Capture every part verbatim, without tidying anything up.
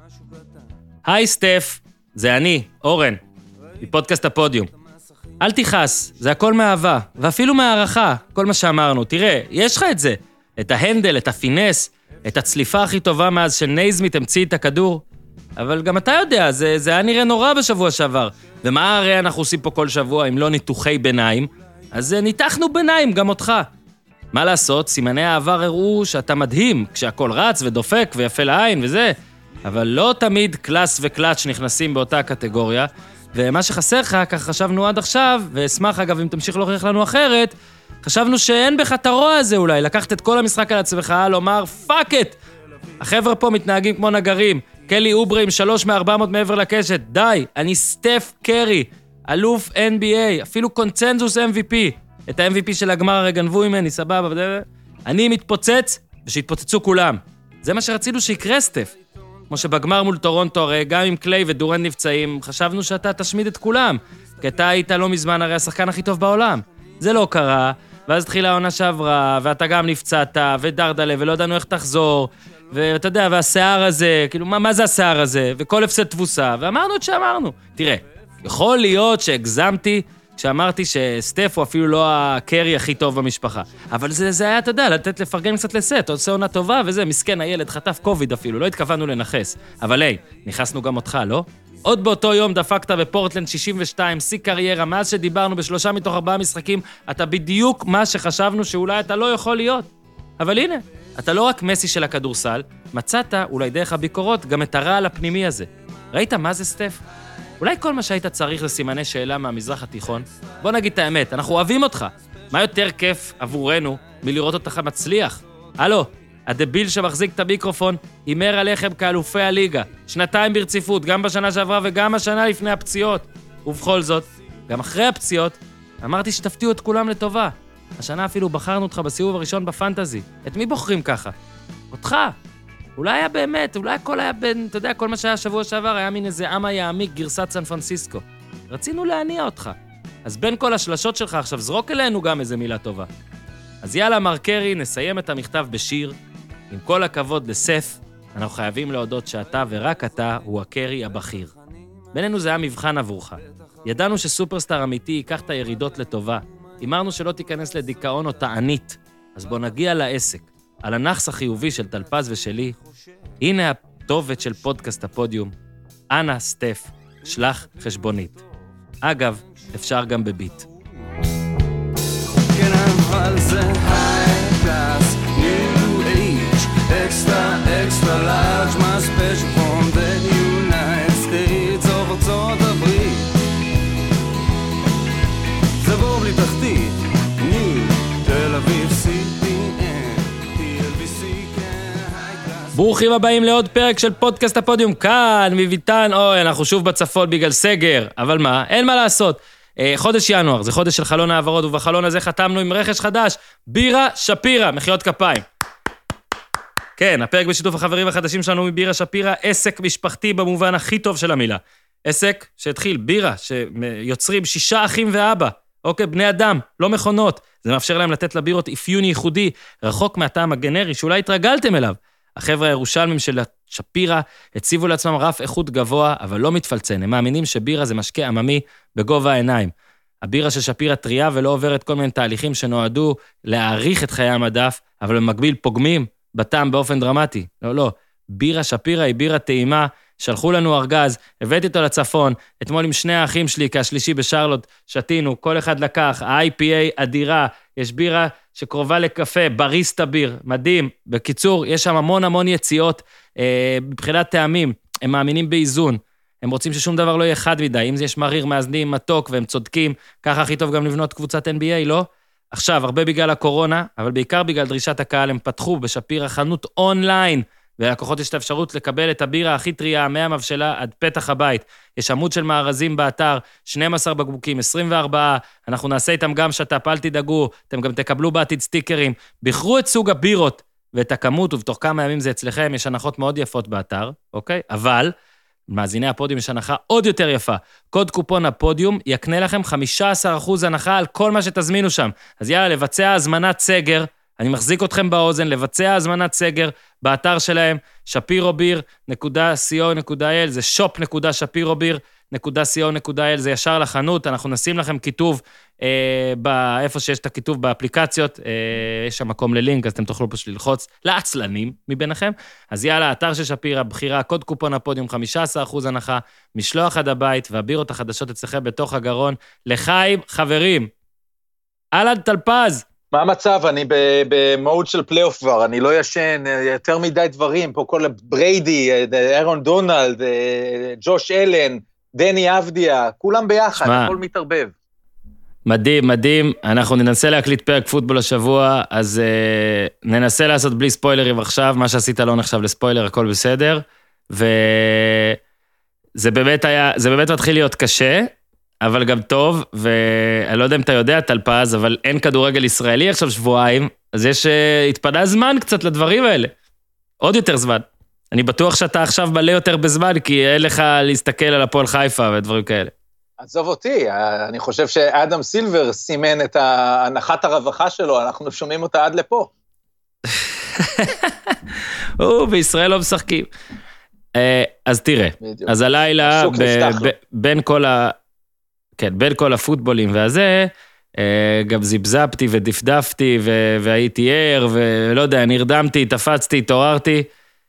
היי סטף, זה אני, אורן, מפודקאסט הפודיום. אל תיחס, זה הכל מאהבה, ואפילו מהערכה, כל מה שאמרנו. תראה, יש לך את זה, את ההנדל, את הפינס, את הצליפה הכי טובה מאז שנייזמית המציא את הכדור. אבל גם אתה יודע, זה, זה היה נראה נורא בשבוע שעבר. ומה הרי אנחנו עושים פה כל שבוע אם לא ניתוחי ביניים? אז ניתחנו ביניים גם אותך. מה לעשות, סימני העבר הראו שאתה מדהים, כשהכל רץ ודופק ויפה לעין וזה, אבל לא תמיד קלאס וקלאץ' נכנסים באותה קטגוריה, ומה שחסר לך, כך חשבנו עד עכשיו, ואשמח אגב אם תמשיך להוכיח לנו אחרת, חשבנו שאין בך את הרוע הזה אולי, לקחת את כל המשחק על עצמך, לומר פאק את! החבר'ה פה מתנהגים כמו נגרים, קלי אוברה עם שלוש מארבע מאות מעבר לקשת, די, אני סטף קרי, אלוף אן בי איי, אפילו קונצנזוס אם וי פי, את ה-אם וי פי של הגמר הרי גנבו ממני, סבבה, אני מתפוצץ ושהתפוצצו כולם. זה מה שרצינו שיקרה סטף. כמו שבגמר מול טורונטו, הרי גם עם קליי ודורן נפצעים, חשבנו שאתה תשמיד את כולם, כי אתה היית לא מזמן הרי השחקן הכי טוב בעולם. זה לא קרה, ואז התחילה העונה שעברה, ואתה גם נפצעת, ודרדלה, ולא ידענו איך תחזור, ואתה יודע, והשיער הזה, כאילו, מה, מה זה השיער הזה? וכל הפסד תבוסה, ואמרנו את שאמרנו. תראה, יכול להיות שהגזמתי, כשאמרתי שסטף הוא אפילו לא הקרי הכי טוב במשפחה. אבל זה, זה היה, אתה יודע, לתת לפרגן קצת לסט, עושה עונה טובה, וזה, מסכן הילד, חטף קוביד אפילו, לא התכוונו לנחס. אבל היי, נכנסנו גם אותך, לא? עוד באותו יום דפקת בפורטלנד שישים ושתיים, שיא קריירה, מאז שדיברנו בשלושה מתוך ארבעה משחקים, אתה בדיוק מה שחשבנו שאולי אתה לא יכול להיות. אבל הנה, אתה לא רק מסי של הכדורסל, מצאת, אולי דרך הביקורות, גם את הרעל הפנימי הזה. ראית מה זה סטף? אולי כל מה שהיית צריך לסימני שאלה מהמזרח התיכון? בוא נגיד את האמת, אנחנו אוהבים אותך. מה יותר כיף עבורנו מלראות אותך מצליח? הלו, הדביל שמחזיק את המיקרופון הימר עליכם כאלופי הליגה. שנתיים ברציפות, גם בשנה שעברה וגם השנה לפני הפציעות. ובכל זאת, גם אחרי הפציעות, אמרתי שתפתיעו את כולם לטובה. השנה אפילו בחרנו אותך בסיבוב הראשון בפנטזי. את מי בוחרים ככה? אותך. אולי היה באמת, אולי הכל היה בין, אתה יודע, כל מה שהיה שבוע שעבר היה מין איזה עם היעמיק גרסת סן פרנסיסקו. רצינו להניע אותך. אז בין כל השלשות שלך עכשיו זרוק אלינו גם איזה מילה טובה. אז יאללה מר קרי, נסיים את המכתב בשיר. עם כל הכבוד לסף, אנחנו חייבים להודות שאתה ורק אתה הוא הקרי הבכיר. בינינו זה היה מבחן עבורך. ידענו שסופרסטאר אמיתי ייקח את הירידות לטובה. אמרנו שלא תיכנס לדיכאון או תענית. אז בוא נגיע לעסק. על הנחס החיובי של טלפז ושלי, הנה הכתובת של פודקאסט הפודיום. אנא סטף, שלח חשבונית. אגב, אפשר גם בביט. כן, אבל זה high class, new age, extra, extra large, my special from the United States of ארצות הברית. זה בור בלי תחתית, new, תל אביב, סיטי. ברוכים הבאים לעוד פרק של פודקאסט הפודיום, כאן, מביטן, אוי, אנחנו שוב בצפון בגלל סגר, אבל מה, אין מה לעשות. אה, חודש ינואר, זה חודש של חלון העברות, ובחלון הזה חתמנו עם רכש חדש, בירה שפירה, מחיאות כפיים. כן, הפרק בשיתוף החברים החדשים שלנו מבירה שפירה, עסק משפחתי במובן הכי טוב של המילה. עסק שהתחיל, בירה, שיוצרים שישה אחים ואבא, אוקיי, בני אדם, לא מכונות. זה מאפשר להם לתת לבירות אפיון ייחודי, רחוק מהטעם הגנרי, שאולי התרגלתם אליו. החבר'ה הירושלמים של שפירה הציבו לעצמם רף איכות גבוה, אבל לא מתפלצן. הם מאמינים שבירה זה משקה עממי בגובה העיניים. הבירה של שפירה טריה ולא עוברת כל מיני תהליכים שנועדו להאריך את חיי המדף, אבל במקביל פוגמים בטעם באופן דרמטי. לא, לא. בירה שפירה היא בירה טעימה, שלחו לנו ארגז, הבאתי אותו לצפון, אתמול עם שני האחים שלי, כשלישי בשרלוט, שתינו, כל אחד לקח, ה-איי פי איי אדירה, יש בירה שקרובה לקפה, בריסטה ביר, מדהים. בקיצור, יש שם המון המון יציאות, אה, מבחינת טעמים, הם מאמינים באיזון, הם רוצים ששום דבר לא יהיה חד מדי, אם זה יש מריר, מאזנים, מתוק, והם צודקים, ככה הכי טוב גם לבנות קבוצת אן בי איי, לא? עכשיו, הרבה בגלל הקורונה, אבל בעיקר בגלל דרישת הקהל, הם פתחו בשפירה חנות אונליין, ולקוחות יש את האפשרות לקבל את הבירה הכי טריה מהמבשלה עד פתח הבית. יש עמוד של מארזים באתר, שנים עשר בקבוקים, עשרים וארבע, אנחנו נעשה איתם גם שטאפ, אל תדאגו, אתם גם תקבלו בעתיד סטיקרים, בחרו את סוג הבירות ואת הכמות, ובתוך כמה ימים זה אצלכם, יש הנחות מאוד יפות באתר, אוקיי? אבל, מאזיני הפודיום יש הנחה עוד יותר יפה. קוד קופון הפודיום יקנה לכם חמישה עשר אחוז הנחה על כל מה שתזמינו שם. אז יאללה, לבצע הזמנת סגר, אני מחזיק אתכם באוזן, לבצע הזמנת סגר באתר שלהם, שפירו ביר נקודה סי או נקודה איי אל, זה שופ נקודה שפירו ביר נקודה סי או נקודה איי אל, זה ישר לחנות, אנחנו נשים לכם כיתוב, אה, באיפה שיש את הכיתוב באפליקציות, אה, יש שם מקום ללינק, אז אתם תוכלו פשוט ללחוץ לעצלנים מביניכם, אז יאללה, אתר של שפירה, בחירה, קוד קופון הפודיום, חמישה עשר אחוז הנחה, משלוח עד הבית, והבירות החדשות אצלכם בתוך הגרון, לחיים, חברים, אלן טלפז. מה המצב? אני במוד של פלייאוף כבר, אני לא ישן, יותר מדי דברים, פה כל בריידי, אירון דונלד, ג'וש אלן, דני אבדיה, כולם ביחד, שמה, הכל מתערבב. מדהים, מדהים, אנחנו ננסה להקליט פרק פוטבול השבוע, אז uh, ננסה לעשות בלי ספוילרים עכשיו, מה שעשית לא נחשב לספוילר, הכל בסדר, וזה באמת היה, זה באמת מתחיל להיות קשה, אבל גם טוב, ואני לא יודע אם אתה יודע, טלפז, אבל אין כדורגל ישראלי עכשיו שבועיים, אז יש, התפנה זמן קצת לדברים האלה. עוד יותר זמן. אני בטוח שאתה עכשיו מלא יותר בזמן, כי אין לך להסתכל על הפועל חיפה ודברים כאלה. עזוב אותי, אני חושב שאדם סילבר סימן את הנחת הרווחה שלו, אנחנו שומעים אותה עד לפה. או, בישראל לא משחקים. אז תראה, אז הלילה, בין כל ה... כן, בין כל הפוטבולים והזה, גם זיבזבתי ודפדפתי, והייתי ער, ולא יודע, נרדמתי, תפצתי, תעוררתי.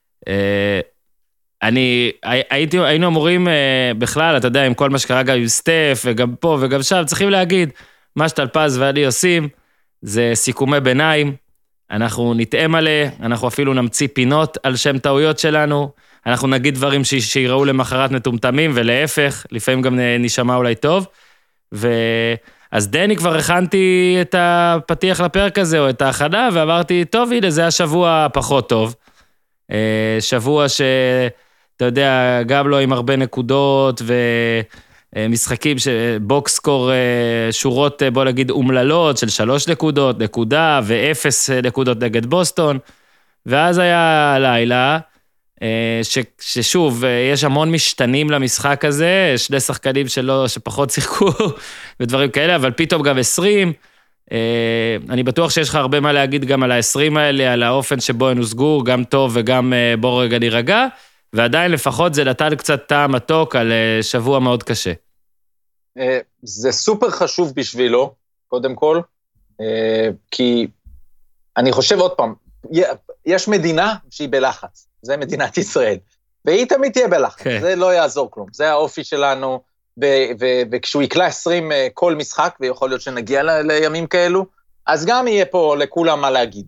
אני, הייתי, היינו אמורים בכלל, אתה יודע, עם כל מה שקרה גם עם סטף, וגם פה וגם שם, צריכים להגיד, מה שטלפז ואני עושים, זה סיכומי ביניים, אנחנו נתאם עליה, אנחנו אפילו נמציא פינות על שם טעויות שלנו, אנחנו נגיד דברים ש... שיראו למחרת מטומטמים, ולהפך, לפעמים גם נשמע אולי טוב, ואז דני כבר הכנתי את הפתיח לפרק הזה, או את ההכנה, ואמרתי, טוב, הנה, זה השבוע פחות טוב, שבוע ש... אתה יודע, גם לא עם הרבה נקודות, ומשחקים שבוקסקור שורות, בוא נגיד, אומללות, של שלוש נקודות, נקודה, ואפס נקודות נגד בוסטון, ואז היה לילה, ש, ששוב, יש המון משתנים למשחק הזה, שני שחקנים שלא, שפחות שיחקו, ודברים כאלה, אבל פתאום גם עשרים, אני בטוח שיש לך הרבה מה להגיד גם על ה-עשרים האלה, על האופן שבו הן הושגו, גם טוב וגם בוא רגע נירגע, ועדיין לפחות זה נתן קצת טעם מתוק על שבוע מאוד קשה. זה סופר חשוב בשבילו, קודם כל, כי אני חושב עוד פעם, יש מדינה שהיא בלחץ, זה מדינת ישראל, והיא תמיד תהיה בלחץ, okay. זה לא יעזור כלום, זה האופי שלנו, וכשהוא יקלה עשרים כל משחק, ויכול להיות שנגיע לימים כאלו, אז גם יהיה פה לכולם מה להגיד.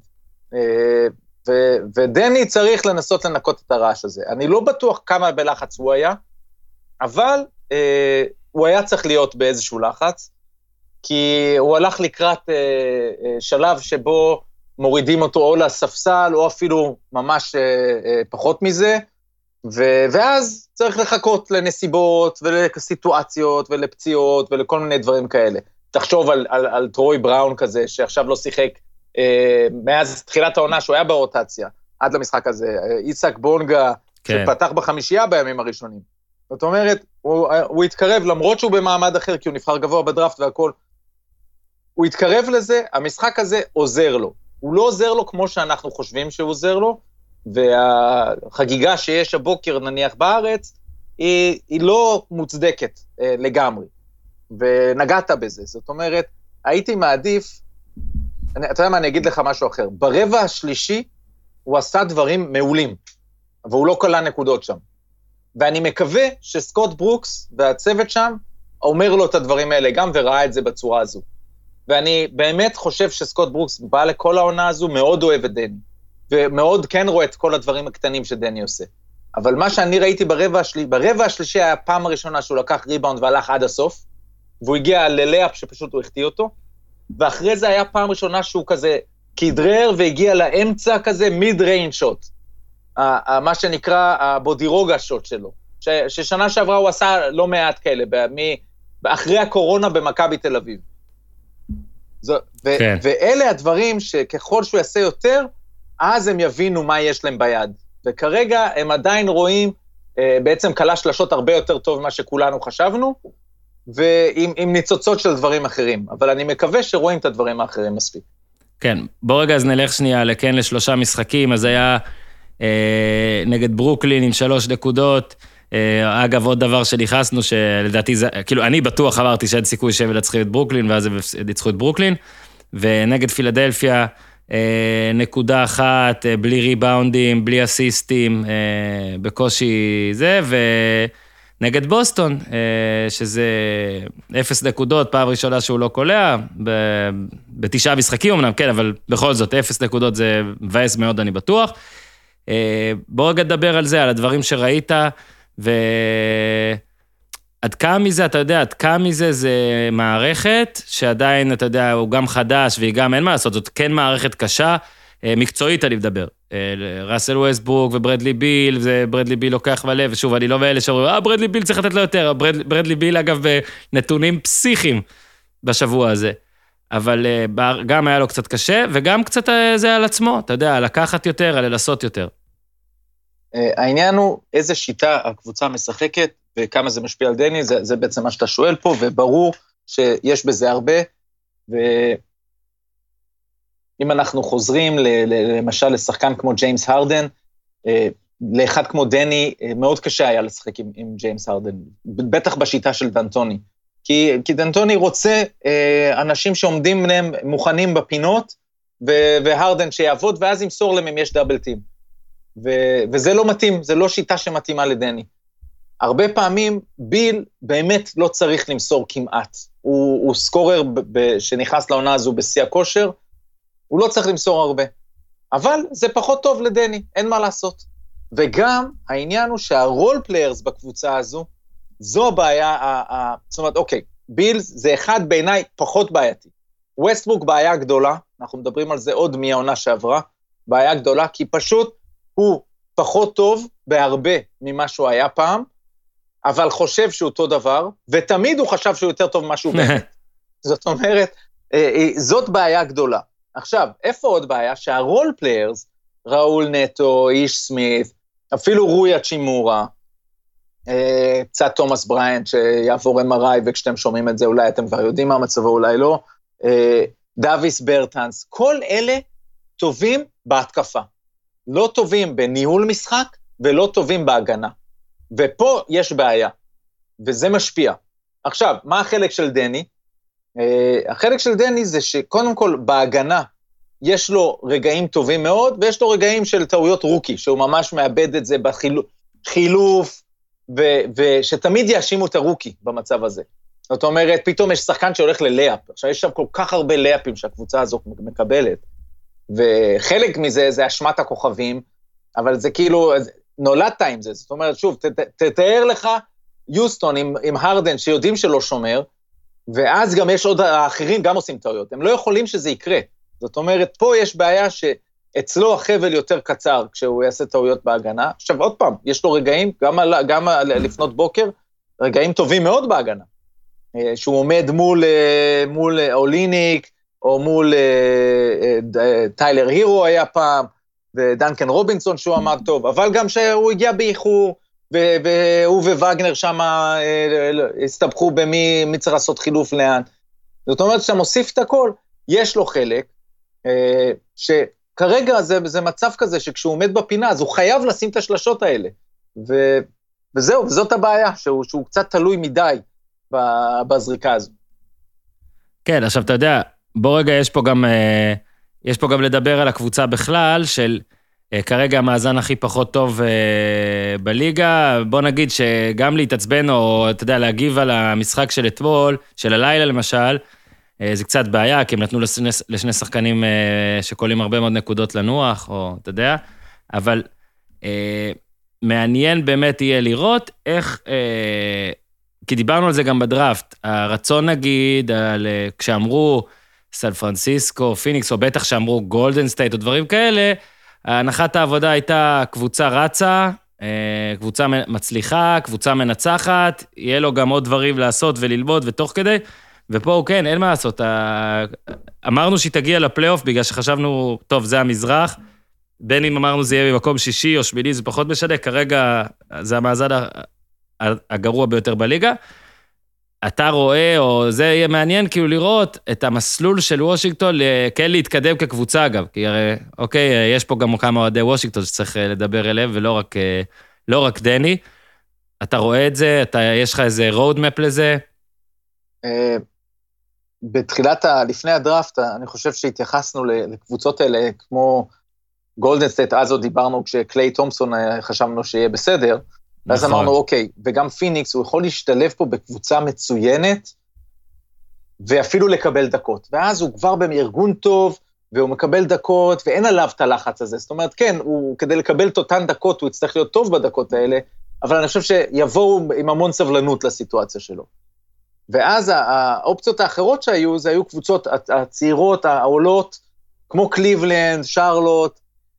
ודני צריך לנסות לנקות את הרעש הזה. אני לא בטוח כמה בלחץ הוא היה, אבל הוא היה צריך להיות באיזשהו לחץ, כי הוא הלך לקראת שלב שבו מורידים אותו או לספסל, או אפילו ממש פחות מזה, ואז צריך לחכות לנסיבות ולסיטואציות ולפציעות ולכל מיני דברים כאלה. תחשוב על, על, על טרוי בראון כזה, שעכשיו לא שיחק, אה, מאז תחילת העונה שהוא היה ברוטציה, עד למשחק הזה, איסק בונגה, כן. שפתח בחמישייה בימים הראשונים. זאת אומרת, הוא, הוא התקרב, למרות שהוא במעמד אחר, כי הוא נבחר גבוה בדראפט והכל, הוא התקרב לזה, המשחק הזה עוזר לו. הוא לא עוזר לו כמו שאנחנו חושבים שהוא עוזר לו, והחגיגה שיש הבוקר נניח בארץ, היא, היא לא מוצדקת אה, לגמרי, ונגעת בזה. זאת אומרת, הייתי מעדיף, אני, אתה יודע מה, אני אגיד לך משהו אחר, ברבע השלישי הוא עשה דברים מעולים, והוא לא קלה נקודות שם. ואני מקווה שסקוט ברוקס והצוות שם אומר לו את הדברים האלה גם, וראה את זה בצורה הזו. ואני באמת חושב שסקוט ברוקס בא לכל העונה הזו, מאוד אוהב את דני, ומאוד כן רואה את כל הדברים הקטנים שדני עושה. אבל מה שאני ראיתי ברבע השלישי, ברבע השלישי היה הפעם הראשונה שהוא לקח ריבאונד והלך עד הסוף, והוא הגיע ללאפ שפשוט הוא החטיא אותו, ואחרי זה היה פעם ראשונה שהוא כזה כדרר והגיע לאמצע כזה מיד ריינג' שוט, מה שנקרא הבודירוגה שוט שלו, ש, ששנה שעברה הוא עשה לא מעט כאלה, אחרי הקורונה במכבי תל אביב. זו, ו, כן. ואלה הדברים שככל שהוא יעשה יותר, אז הם יבינו מה יש להם ביד. וכרגע הם עדיין רואים, בעצם קלה שלשות הרבה יותר טוב ממה שכולנו חשבנו, ועם עם ניצוצות של דברים אחרים. אבל אני מקווה שרואים את הדברים האחרים מספיק. כן, בוא רגע אז נלך שנייה לכן לשלושה משחקים, אז היה אה, נגד ברוקלין עם שלוש נקודות, אה, אגב עוד דבר שנכנסנו, שלדעתי זה, כאילו אני בטוח אמרתי שאין סיכוי שהם ינצחו את ברוקלין, ואז הם ניצחו את ברוקלין, ונגד פילדלפיה, אה, נקודה אחת, אה, בלי ריבאונדים, בלי אסיסטים, אה, בקושי זה, ונגד בוסטון, אה, שזה אפס נקודות, פעם ראשונה שהוא לא קולע, ב, בתשעה משחקים אמנם, כן, אבל בכל זאת, אפס נקודות זה מבאס מאוד, אני בטוח. אה, בוא רגע נדבר על זה, על הדברים שראית, ועד כמה מזה, אתה יודע, עד כמה מזה זה מערכת, שעדיין, אתה יודע, הוא גם חדש, והיא גם, אין מה לעשות, זאת כן מערכת קשה, מקצועית אני מדבר. ראסל ווסטברוק וברדלי ביל, וברדלי ביל לוקח בלב, ושוב, אני לא מאלה שאומרים, אה, ברדלי ביל צריך לתת לו יותר, ברדלי ביל, אגב, בנתונים פסיכיים בשבוע הזה. אבל גם היה לו קצת קשה, וגם קצת זה על עצמו, אתה יודע, לקחת יותר, על לנסות יותר. העניין הוא איזה שיטה הקבוצה משחקת, וכמה זה משפיע על דני, זה, זה בעצם מה שאתה שואל פה, וברור שיש בזה הרבה, ואם אנחנו חוזרים ל, ל, למשל לשחקן כמו ג'יימס הרדן, לאחד כמו דני, מאוד קשה היה לשחק עם, עם ג'יימס הרדן, בטח בשיטה של דנטוני, כי, כי דנטוני רוצה אנשים שעומדים מהם מוכנים בפינות, והרדן שיעבוד, ואז ימסור להם אם יש דאבל טים. ו- וזה לא מתאים, זה לא שיטה שמתאימה לדני. הרבה פעמים ביל באמת לא צריך למסור כמעט. הוא, הוא סקורר ב- ב- שנכנס לעונה הזו בשיא הכושר, הוא לא צריך למסור הרבה. אבל זה פחות טוב לדני, אין מה לעשות. וגם העניין הוא שהרול פליירס בקבוצה הזו, זו הבעיה, ה- ה- זאת אומרת, אוקיי, ביל זה אחד בעיניי פחות בעייתי. ווסטברוק בעיה גדולה, אנחנו מדברים על זה עוד מהעונה שעברה, בעיה גדולה, כי פשוט הוא פחות טוב בהרבה ממה שהוא היה פעם, אבל חושב שהוא אותו דבר, ותמיד הוא חשב שהוא יותר טוב ממה שהוא באמת. זאת אומרת, זאת בעיה גדולה. עכשיו, איפה עוד בעיה? שהרול פליירס, ראול נטו, איש סמית, אפילו רוי הצ'ימורה, קצת תומאס בריינט שיעבור אם אר איי, וכשאתם שומעים את זה אולי אתם כבר יודעים מה מצבו, אולי לא, דוויס ברטנס, כל אלה טובים בהתקפה. לא טובים בניהול משחק, ולא טובים בהגנה. ופה יש בעיה, וזה משפיע. עכשיו, מה החלק של דני? Uh, החלק של דני זה שקודם כל בהגנה, יש לו רגעים טובים מאוד, ויש לו רגעים של טעויות רוקי, שהוא ממש מאבד את זה בחילוף, ו- ושתמיד יאשימו את הרוקי במצב הזה. זאת אומרת, פתאום יש שחקן שהולך ללאפ, עכשיו יש שם כל כך הרבה לאפים שהקבוצה הזו מקבלת, וחלק מזה זה אשמת הכוכבים, אבל זה כאילו, נולדת עם זה, זאת אומרת, שוב, תתאר לך יוסטון עם, עם הרדן שיודעים שלא שומר, ואז גם יש עוד האחרים גם עושים טעויות, הם לא יכולים שזה יקרה, זאת אומרת, פה יש בעיה שאצלו החבל יותר קצר, כשהוא יעשה טעויות בהגנה, עכשיו עוד פעם, יש לו רגעים, גם, גם לפנות בוקר, רגעים טובים מאוד בהגנה, שהוא עומד מול, מול אוליניק, או מול טיילר הירו היה פעם, ודנקן רובינסון שהוא עמד טוב, אבל גם שהוא הגיע באיחור, והוא ווגנר שם הסתבכו במי מי צריך לעשות חילוף לאן. זאת אומרת שאתה מוסיף את הכל, יש לו חלק, שכרגע זה, זה מצב כזה, שכשהוא עומד בפינה, אז הוא חייב לשים את השלשות האלה. ו, וזהו, וזאת הבעיה, שהוא, שהוא קצת תלוי מדי בזריקה הזו. כן, עכשיו אתה יודע, בוא רגע, יש פה גם, יש פה גם לדבר על הקבוצה בכלל, של כרגע המאזן הכי פחות טוב בליגה, בוא נגיד שגם להתעצבן, או אתה יודע, להגיב על המשחק של אתמול, של הלילה למשל, זה קצת בעיה, כי הם נתנו לשני, לשני שחקנים שקולים הרבה מאוד נקודות לנוח, או אתה יודע, אבל מעניין באמת יהיה לראות איך, כי דיברנו על זה גם בדראפט, הרצון נגיד, על, כשאמרו סן פרנסיסקו, פיניקס, או בטח שאמרו גולדן סטייט, או דברים כאלה, הנחת העבודה הייתה קבוצה רצה, קבוצה מצליחה, קבוצה מנצחת, יהיה לו גם עוד דברים לעשות וללמוד ותוך כדי, ופה כן, אין מה לעשות, אמרנו שהיא תגיע לפלייאוף, בגלל שחשבנו, טוב, זה המזרח, בין אם אמרנו זה יהיה במקום שישי או שמיני, זה פחות משנה, כרגע זה המאזן הגרוע ביותר בליגה, אתה רואה, או זה יהיה מעניין כאילו לראות את המסלול של וושינגטון, כן להתקדם כקבוצה אגב, כי הרי, אוקיי, יש פה גם כמה אוהדי וושינגטון שצריך לדבר אליהם, ולא רק, לא רק דני. אתה רואה את זה? אתה, יש לך איזה road map לזה? בתחילת, לפני הדראפט, אני חושב שהתייחסנו לקבוצות האלה, כמו גולדן סטייט, אז עוד דיברנו כשקליי תומפסון חשבנו שיהיה בסדר, ואז נכון. אמרנו, אוקיי, וגם פיניקס, הוא יכול להשתלב פה בקבוצה מצוינת, ואפילו לקבל דקות. ואז הוא כבר בארגון טוב, והוא מקבל דקות, ואין עליו את הלחץ הזה. זאת אומרת, כן, הוא, כדי לקבל את אותן דקות, הוא יצטרך להיות טוב בדקות האלה, אבל אני חושב שיבואו עם המון סבלנות לסיטואציה שלו. ואז האופציות האחרות שהיו, זה היו קבוצות הצעירות, העולות, כמו קליבלנד, שרלוט,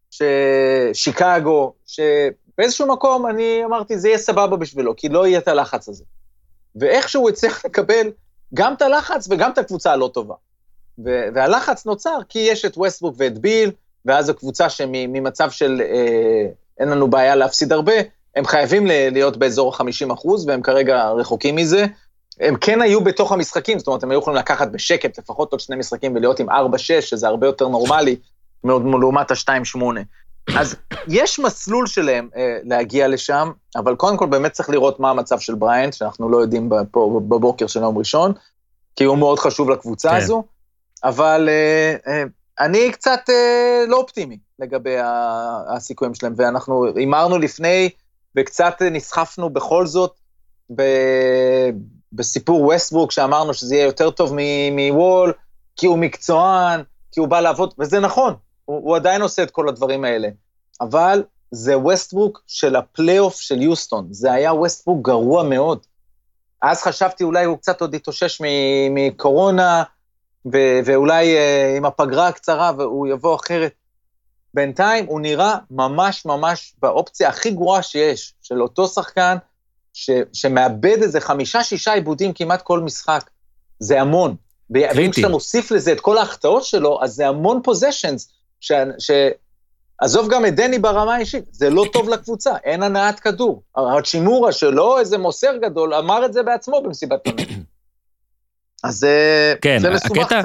שיקגו, שבאיזשהו מקום אני אמרתי, זה יהיה סבבה בשבילו, כי לא יהיה את הלחץ הזה. ואיכשהו הוא צריך לקבל גם את הלחץ וגם את הקבוצה הלא טובה. והלחץ נוצר כי יש את ווסטברוק ואת ביל, ואז הקבוצה שממצב של אה, אין לנו בעיה להפסיד הרבה, הם חייבים להיות באזור ה-חמישים אחוז, והם כרגע רחוקים מזה. הם כן היו בתוך המשחקים, זאת אומרת, הם היו יכולים לקחת בשקט לפחות עוד שני משחקים, ולהיות עם ארבע שש, שזה הרבה יותר נורמלי, לעומת ה-שתיים שמונה. אז יש מסלול שלהם אה, להגיע לשם, אבל קודם כל באמת צריך לראות מה המצב של בריינט, שאנחנו לא יודעים פה בבוקר של יום ראשון, כי הוא מאוד חשוב לקבוצה כן. הזו, אבל אה, אה, אני קצת אה, לא אופטימי לגבי הסיכויים שלהם, ואנחנו אמרנו לפני, וקצת נסחפנו בכל זאת, ב... בסיפור ווסטברוק, שאמרנו שזה יהיה יותר טוב מוול, כי הוא מקצוען, כי הוא בא לעבוד, וזה נכון, הוא, הוא עדיין עושה את כל הדברים האלה, אבל זה ווסטברוק של הפלייאוף של יוסטון, זה היה ווסטברוק גרוע מאוד, אז חשבתי אולי הוא קצת עוד יתאושש מקורונה, ו- ואולי uh, עם הפגרה הקצרה, והוא יבוא אחרת, בינתיים הוא נראה ממש ממש באופציה הכי גרועה שיש, של אותו שחקן, ש, שמאבד איזה חמישה, שישה עיבודים כמעט כל משחק. זה המון. ואם כשאתה מוסיף לזה את כל ההחטאות שלו, אז זה המון פוזישנס, ש, ש, עזוב גם את דני ברמה האישית, זה לא טוב לקבוצה, אין הנעת כדור. הצ'ימורה שלו, איזה מוסר גדול, אמר את זה בעצמו במסיבת עיתונאים. אז זה, כן, זה מסובך הקטע, קצת.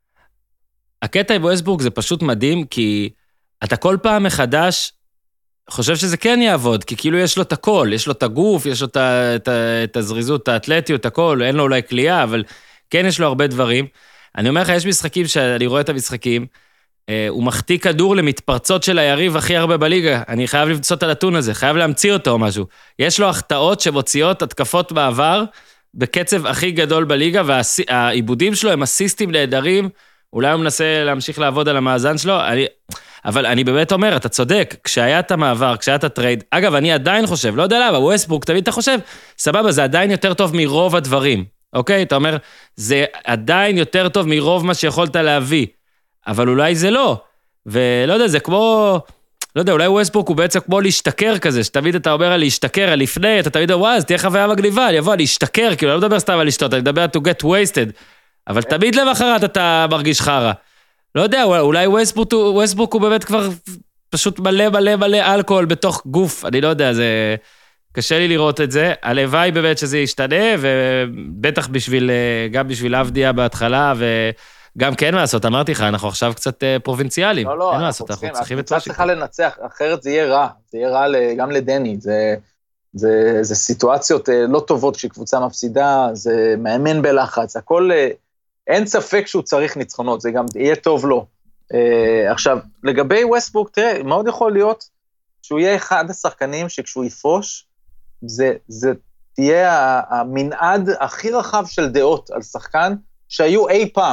הקטע עם ווסטברוק זה פשוט מדהים, כי אתה כל פעם מחדש, חושב שזה כן יעבוד, כי כאילו יש לו את הכל, יש לו את הגוף, יש לו את, את, את הזריזות, את האתלטיות, הכל, אין לו אולי קליעה, אבל כן יש לו הרבה דברים. אני אומר לך, יש משחקים שאני רואה את המשחקים, אה, הוא מחטיא כדור למתפרצות של היריב הכי הרבה בליגה, אני חייב למצוא את הנתון הזה, חייב להמציא אותו או משהו. יש לו החטאות שמוציאות התקפות מעבר, בקצב הכי גדול בליגה, והעיבודים שלו הם אסיסטים נהדרים, אולי הוא מנסה להמשיך לעבוד על המאזן שלו, אני... אבל אני באמת אומר, אתה צודק, כשהיה את המעבר, כשהיה את הטרייד, אגב, אני עדיין חושב, לא יודע למה, ווסטברוק, תמיד אתה חושב, סבבה, זה עדיין יותר טוב מרוב הדברים, אוקיי? אתה אומר, זה עדיין יותר טוב מרוב מה שיכולת להביא, אבל אולי זה לא, ולא יודע, זה כמו, לא יודע, אולי ווסטברוק הוא בעצם כמו להשתכר כזה, שתמיד אתה אומר על להשתכר, על לפני, אתה תמיד אומר, וואו, אז תהיה חוויה מגניבה, אני אבוא על להשתכר, כאילו, אני לא מדבר סתם על לשתות, אני מדבר to get wasted, אבל תמיד למחרת אתה מרגיש חרה. לא יודע, אולי ווסטברוק, ווסטברוק הוא באמת כבר פשוט מלא מלא מלא אלכוהול בתוך גוף, אני לא יודע, זה קשה לי לראות את זה, הלוואי באמת שזה ישתנה, ובטח בשביל, גם בשביל אבדיה בהתחלה, וגם כן לעשות, אמרתי לך, אנחנו עכשיו קצת פרובינציאליים, לא, לא, אין לעשות, אנחנו צריכים את וושינגטון. צריכה לנצח, אחרת זה יהיה רע, זה יהיה רע גם לדני, זה, זה, זה סיטואציות לא טובות כשקבוצה מפסידה, זה מאמן בלחץ, הכל... אין ספק שהוא צריך ניצחונות, זה גם יהיה טוב לו. Uh, עכשיו, לגבי ווסטברוק, תראה, מאוד יכול להיות שהוא יהיה אחד השחקנים שכשהוא יפרוש, זה, זה תהיה המנעד הכי רחב של דעות על שחקן, שהיו אי פעם.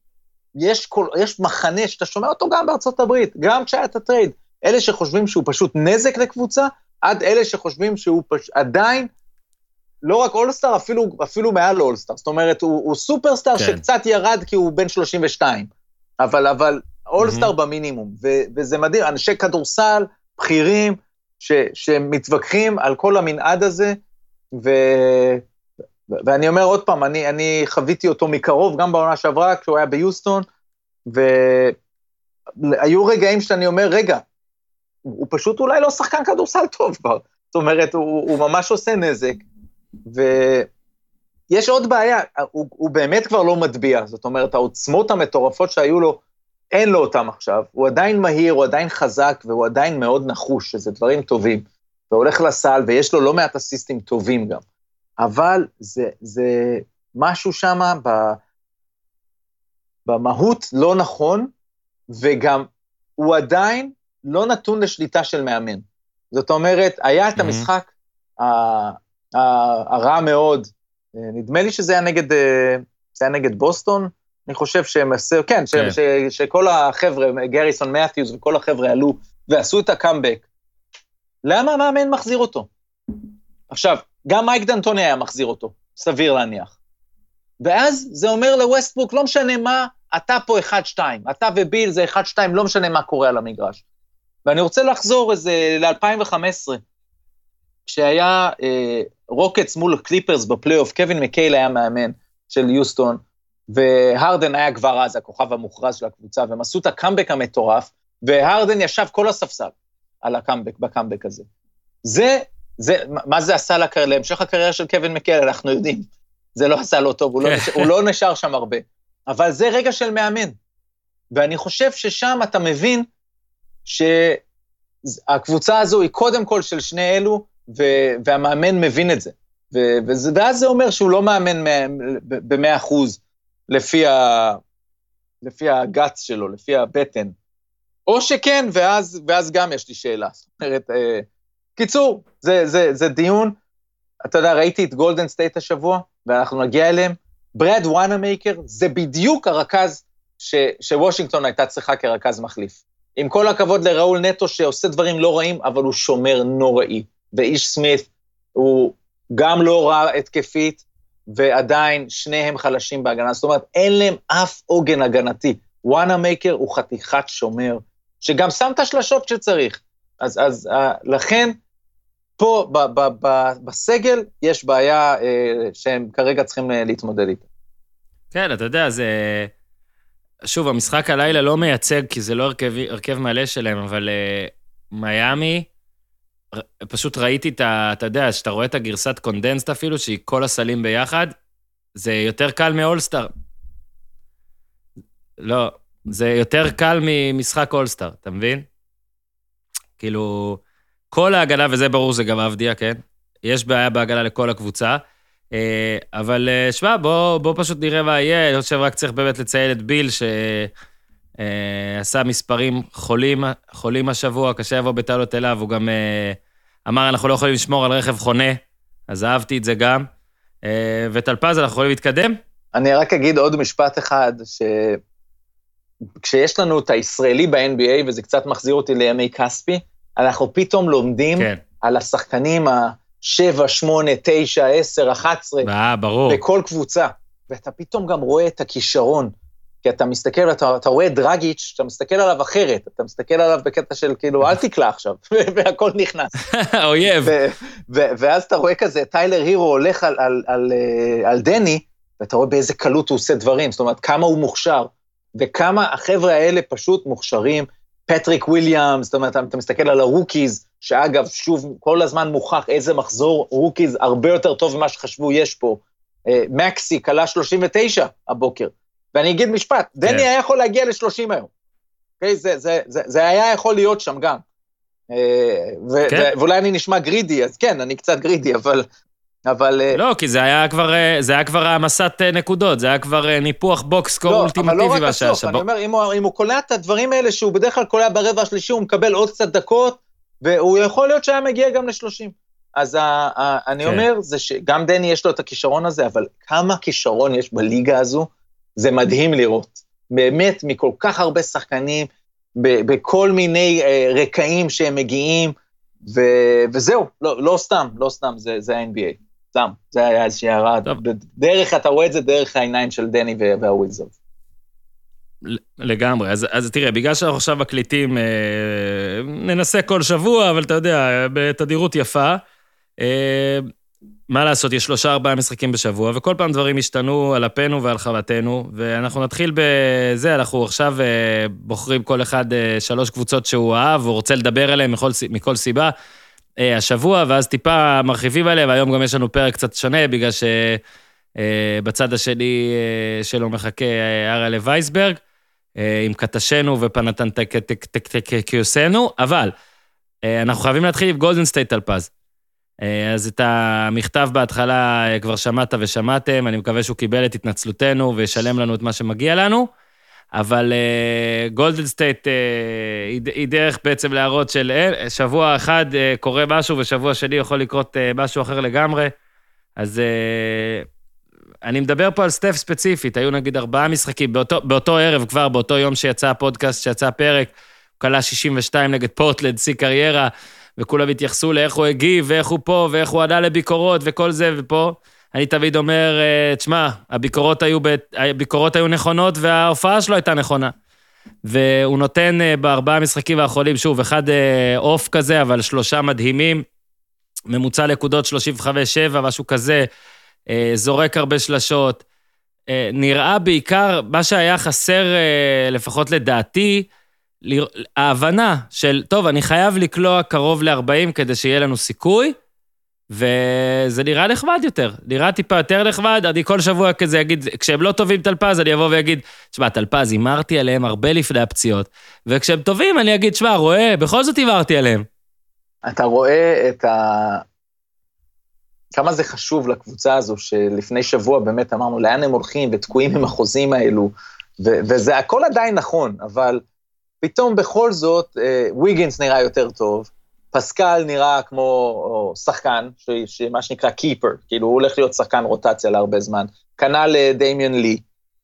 יש, כל, יש מחנה שאתה שומע אותו גם בארצות הברית, גם כשהיה את הטרייד, אלה שחושבים שהוא פשוט נזק לקבוצה, עד אלה שחושבים שהוא פש... עדיין, לא רק אולסטאר, אפילו, אפילו מעל אולסטאר, זאת אומרת, הוא, הוא סופרסטאר כן. שקצת ירד כי הוא בן שלושים ושתיים, אבל, אבל אולסטאר mm-hmm. במינימום, ו, וזה מדהים, אנשי כדורסל, בכירים, ש, שמתווכחים על כל המנעד הזה, ו, ואני אומר עוד פעם, אני, אני חוויתי אותו מקרוב, גם בעונה שעברה, כשהוא היה ביוסטון, והיו רגעים שאני אומר, רגע, הוא פשוט אולי לא שחקן כדורסל טוב כבר, זאת אומרת, הוא, הוא ממש עושה נזק, יש עוד בעיה, הוא, הוא באמת כבר לא מטביע, זאת אומרת, העוצמות המטורפות שהיו לו, אין לו אותם עכשיו, הוא עדיין מהיר, הוא עדיין חזק, והוא עדיין מאוד נחוש, שזה דברים טובים, והולך לסל, ויש לו לא מעט אסיסטים טובים גם, אבל זה, זה משהו שם, ב, במהות לא נכון, וגם הוא עדיין לא נתון לשליטה של מאמן. זאת אומרת, היה את המשחק הרע מאוד, נדמה לי שזה היה נגד, זה היה נגד בוסטון, אני חושב שהם עשו, כן, ש, ש, שכל החבר'ה, גריסון מת'יוס וכל החבר'ה עלו ועשו את הקאמבק. למה המאמן מחזיר אותו? עכשיו, גם מייק דנטוני היה מחזיר אותו, סביר להניח. ואז זה אומר לווסטברוק, לא משנה מה, אתה פה אחד שתיים, אתה וביל זה אחד שתיים, לא משנה מה קורה על המגרש. ואני רוצה לחזור איזה ל-אלפיים וחמש עשרה, כשהיה אה, רוקטס מול קליפרס בפלייאוף, קווין מקייל היה מאמן של יוסטון, והרדן היה כבר אז הכוכב המוכרז של הקבוצה, והם עשו את הקאמבק המטורף, והרדן ישב כל הספסל על הקאמבק, בקאמבק הזה. זה, זה, מה זה עשה לקריירה, להמשך הקריירה של קווין מקייל, אנחנו יודעים, זה לא עשה לו טוב, הוא, לא נשאר, הוא לא נשאר שם הרבה, אבל זה רגע של מאמן, ואני חושב ששם אתה מבין, שהקבוצה הזו היא קודם כל של שני אלו, והמאמן מבין את זה, ואז זה אומר שהוא לא מאמן ב-מאה אחוז, לפי, ה... לפי הגץ שלו, לפי הבטן, או שכן, ואז, ואז גם יש לי שאלה. זאת אומרת, אה... קיצור, זה, זה, זה דיון, אתה יודע, ראיתי את גולדן סטייט השבוע, ואנחנו נגיע אליהם, ברד וואנמייקר, זה בדיוק הרכז ש... שוושינגטון הייתה צריכה כרכז מחליף. עם כל הכבוד לראול נטו, שעושה דברים לא רעים, אבל הוא שומר נוראי, ואיש סמית, הוא גם לא רע התקפית, ועדיין שניהם חלשים בהגנה, זאת אומרת, אין להם אף עוגן הגנתי. וואנמייקר הוא חתיכת שומר, שגם שם את השלשות שצריך. אז, אז לכן, פה ב, ב, ב, בסגל, יש בעיה אה, שהם כרגע צריכים להתמודד איתה. כן, אתה יודע, זה... שוב, המשחק הלילה לא מייצג, כי זה לא הרכב, הרכב מלא שלהם, אבל אה, מיימי, פשוט ראיתי את ה... אתה יודע, שאתה רואה את הגרסת קונדנסט אפילו, שהיא כל הסלים ביחד, זה יותר קל מאולסטאר. לא, זה יותר קל ממשחק אולסטאר, אתה מבין? כאילו, כל ההגנה, וזה ברור, זה גם אבדיה, כן? יש בעיה בהגנה לכל הקבוצה, אבל שמה, בוא, בוא פשוט נראה מה יהיה, אני חושב רק צריך באמת לציין את ביל, שעשה מספרים חולים, חולים השבוע, קשה יבוא בטלות אליו, הוא גם אמר, אנחנו לא יכולים לשמור על רכב חונה, אז אהבתי את זה גם, וטלפז, אנחנו יכולים להתקדם? אני רק אגיד עוד משפט אחד, שכשיש לנו את הישראלי ב-אן בי איי, וזה קצת מחזיר אותי לימי כספי, אנחנו פתאום לומדים כן. על השחקנים ה-שבע, שמונה, תשע, עשר, אחת עשרה, אה, ברור. בכל קבוצה, ואתה פתאום גם רואה את הכישרון, כי אתה מסתכל, אתה, אתה רואה דרגיץ', אתה מסתכל עליו אחרת, אתה מסתכל עליו בקטע של כאילו, אל תקלה עכשיו, והכל נכנס. אויב. ואז אתה רואה כזה, טיילר הירו הולך על, על, על, על דני, ואתה רואה באיזה קלות הוא עושה דברים, זאת אומרת, כמה הוא מוכשר, וכמה החבר'ה האלה פשוט מוכשרים, פטריק וויליאמס, זאת אומרת, אתה מסתכל על הרוקיז, שאגב, שוב, כל הזמן מוכח איזה מחזור רוקיז הרבה יותר טוב ממה שחשבו יש פה, מקסי קלה שלושים ותשע הבוקר, ואני אגיד משפט, דני היה יכול להגיע ל-שלושים היום, זה, זה, זה, זה היה יכול להיות שם גם, ואולי אני נשמע גרידי, אז כן, אני קצת גרידי, אבל... אבל... לא, כי זה היה כבר, זה היה כבר המסת נקודות, זה היה כבר ניפוח בוקס קור אולטימטיבי. לא, אבל לא רק הסוף, אני אומר, אם הוא, אם הוא קולע את הדברים האלה, שהוא בדרך כלל קולע ברבע השלישי, הוא מקבל עוד קצת דקות, והוא יכול להיות שהיה מגיע גם ל-שלושים. אז ה, ה, אני כן. אומר, זה שגם דני יש לו את הכישרון הזה, אבל כמה כישרון יש בליגה הזו, זה מדהים לראות. באמת, מכל כך הרבה שחקנים, ב, בכל מיני אה, רקעים שהם מגיעים, ו, וזהו, לא, לא סתם, לא סתם, זה, זה ה-אן בי איי. סתם, זה היה איזושהי הערה, דרך, אתה רואה את זה דרך העיניים של דני והוויזוב. לגמרי, אז, אז תראה, בגלל שאנחנו עכשיו מקליטים, אה, ננסה כל שבוע, אבל אתה יודע, בתדירות יפה, אה, מה לעשות, יש שלושה ארבעה משחקים בשבוע, וכל פעם דברים השתנו על אפנו ועל חוותנו, ואנחנו נתחיל בזה, אנחנו עכשיו אה, בוחרים כל אחד אה, שלוש קבוצות שהוא אהב, והוא רוצה לדבר עליהן מכל, מכל סיבה, השבוע, ואז טיפה מרחיבים עליהם, והיום גם יש לנו פרק קצת שונה, בגלל בצד השני שלו מחכה ארלה וייסברג, עם קטשנו ופנתן תקיוסנו, אבל אנחנו חייבים להתחיל עם גולדן סטייט טלפז. אז את המכתב בהתחלה כבר שמעת ושמעתם, אני מקווה שהוא קיבל את התנצלותנו וישלם לנו את מה שמגיע לנו, אבל גולדן סטייט היא דרך בעצם להראות של שבוע אחד קורה משהו ושבוע שני יכול לקרות משהו אחר לגמרי, אז אני מדבר פה על סטף ספציפית, היו נגיד ארבעה משחקים, באותו, באותו ערב כבר, באותו יום שיצא הפודקאסט, שיצא הפרק, הוא קלה שישים ושתיים נגד פורטלנד, שיא קריירה, וכולם התייחסו לאיך הוא הגיב, ואיך הוא פה, ואיך הוא ענה לביקורות, וכל זה, ופה, אני תמיד אומר, תשמע, הביקורות היו, הביקורות היו נכונות, וההופעה שלו הייתה נכונה. והוא נותן בארבעה משחקים האחרונים, שוב, אחד אוף כזה, אבל שלושה מדהימים, ממוצע נקודות שלושים וחמש שבע, משהו כזה, זורק הרבה שלשות, נראה בעיקר, מה שהיה חסר, לפחות לדעתי, ההבנה של, טוב, אני חייב לקלוע קרוב ל-ארבעים כדי שיהיה לנו סיכוי, וזה נראה נחמד יותר, נראה טיפה יותר נחמד, אני כל שבוע כזה אגיד, כשהם לא טובים תלפז, אני אבוא ואגיד, שמה, תלפז, אמרתי עליהם הרבה לפני הפציעות, וכשהם טובים, אני אגיד, שמה, רואה, בכל זאת אמרתי עליהם. אתה רואה את ה... כמה זה חשוב לקבוצה הזו, שלפני שבוע באמת אמרנו, לאן הם הולכים ותקועים עם החוזים האלו, ו- וזה הכל עדיין נכון, אבל פתאום בכל זאת, ויגינס נראה יותר טוב, פסקל נראה כמו שחקן, ש- שמה שנקרא קיפר, כאילו הוא הולך להיות שחקן רוטציה להרבה זמן, כנ"ל דמיאן לי,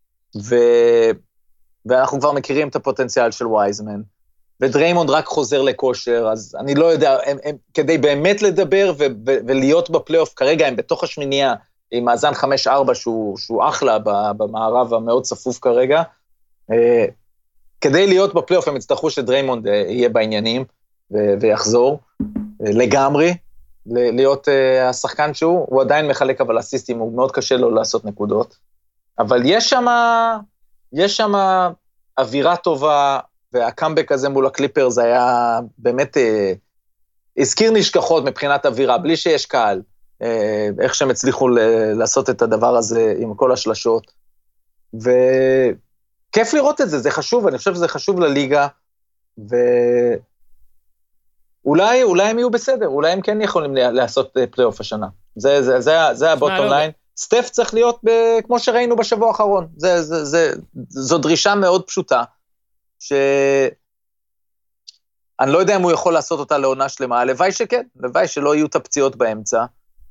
ו- ואנחנו כבר מכירים את הפוטנציאל של וייזמן, ודריימונד רק חוזר לכושר, אז אני לא יודע, הם, הם, כדי באמת לדבר ו, ו, ולהיות בפלייאוף, כרגע הם בתוך השמינייה, עם מאזן חמש ארבע, שהוא, שהוא אחלה במערב המאוד צפוף כרגע, אה, כדי להיות בפלייאוף, הם יצטרכו שדריימונד אה, יהיה בעניינים, ו, ויחזור אה, לגמרי, ל, להיות אה, השחקן שהוא, הוא עדיין מחלק אבל אסיסטים, הוא מאוד קשה לו לעשות נקודות, אבל יש שם, יש שם אווירה טובה, והקאמבק הזה מול הקליפר, זה היה באמת, אה, הזכיר נשכחות מבחינת אווירה, בלי שיש קהל, אה, איך שהם הצליחו ל- לעשות את הדבר הזה עם כל השלשות, וכיף לראות את זה, זה חשוב, אני חושב שזה חשוב לליגה, ואולי אולי הם יהיו בסדר, אולי הם כן יכולים לעשות פלייאוף השנה, זה, זה, זה, זה הבוטום ליין, סטף צריך להיות ב, כמו שראינו בשבוע האחרון, זה, זה, זה, זו דרישה מאוד פשוטה, שאני לא יודע אם הוא יכול לעשות אותה לעונה שלמה, הלוואי שכן, הלוואי שלא יהיו את הפציעות באמצע,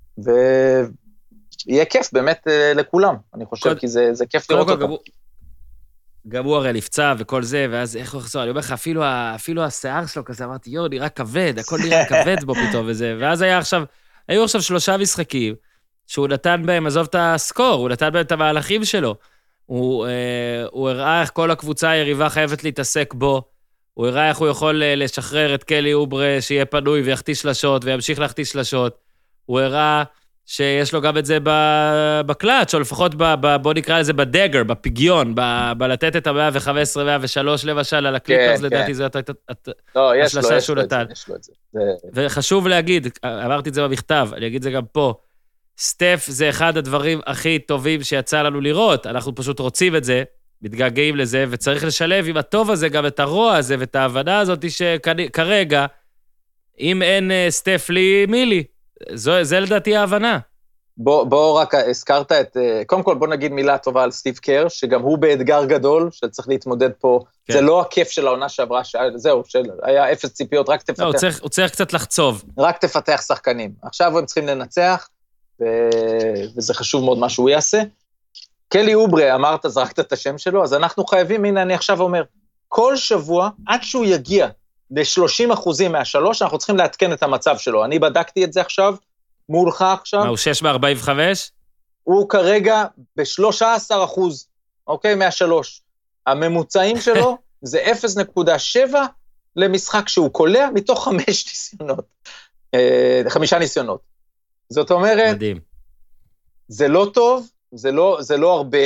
ויהיה כיף באמת לכולם, אני חושב, כי זה, זה כיף לראות אותה. גם הוא הרי נפצע וכל זה, ואז איך הוא יחזור, אני אומר לך, אפילו, אפילו השיער שלו כזה, אמרתי, יו, נראה כבד, הכל נראה כבד בו פתאום וזה, ואז היה עכשיו, היו עכשיו שלושה משחקים, שהוא נתן בהם, עזוב את הסקור, הוא נתן בהם את המהלכים שלו, הוא, אה, הוא הראה איך כל הקבוצה היריבה חייבת להתעסק בו, הוא הראה איך הוא יכול לשחרר את קלי אוברה שיהיה פנוי ויחתיש שלשות וימשיך להחתיש שלשות, הוא הראה שיש לו גם את זה בקלאץ', או לפחות ב, ב, בוא נקרא לזה בדגר, בפיגיון, בלתת את ה-מאה וחמש עשרה מאה ושלוש למשל על הקליפרס, לדעתי זו השלשה שהוא נתן. וחשוב להגיד, אמרתי את זה במכתב, אני אגיד את זה גם פה, סטף זה אחד הדברים הכי טובים שיצא לנו לראות, אנחנו פשוט רוצים את זה, מתגעגעים לזה, וצריך לשלב עם הטוב הזה גם את הרוע הזה, ואת ההבנה הזאת שכרגע, אם אין סטף לי, מי לי? זו, זה לדעתי ההבנה. בוא, בוא רק הזכרת את, קודם כל בוא נגיד מילה טובה על סטיב קר, שגם הוא באתגר גדול, שצריך להתמודד פה, כן. זה לא הכיף של העונה שעברה, זהו, של, היה אפס ציפיות, רק תפתח. לא, הוא צריך, הוא צריך קצת לחצוב. רק תפתח שחקנים. עכשיו הם צריכים לנצח, ו... וזה חשוב מאוד מה שהוא יעשה. קלי אוברה, אמרת, זרקת את השם שלו, אז אנחנו חייבים, הנה אני עכשיו אומר, כל שבוע, עד שהוא יגיע ל-שלושים אחוזים מהשלוש, אנחנו צריכים להתקן את המצב שלו. אני בדקתי את זה עכשיו, מולך עכשיו. מה, הוא שש ב-ארבעים וחמש? הוא כרגע ב-שלושה עשר אחוז, אוקיי, מהשלוש. הממוצעים שלו זה אפס נקודה שבע למשחק שהוא קולע, מתוך חמש ניסיונות. חמישה ניסיונות. זאת אומרת, מדהים. זה לא טוב, זה לא, זה לא הרבה,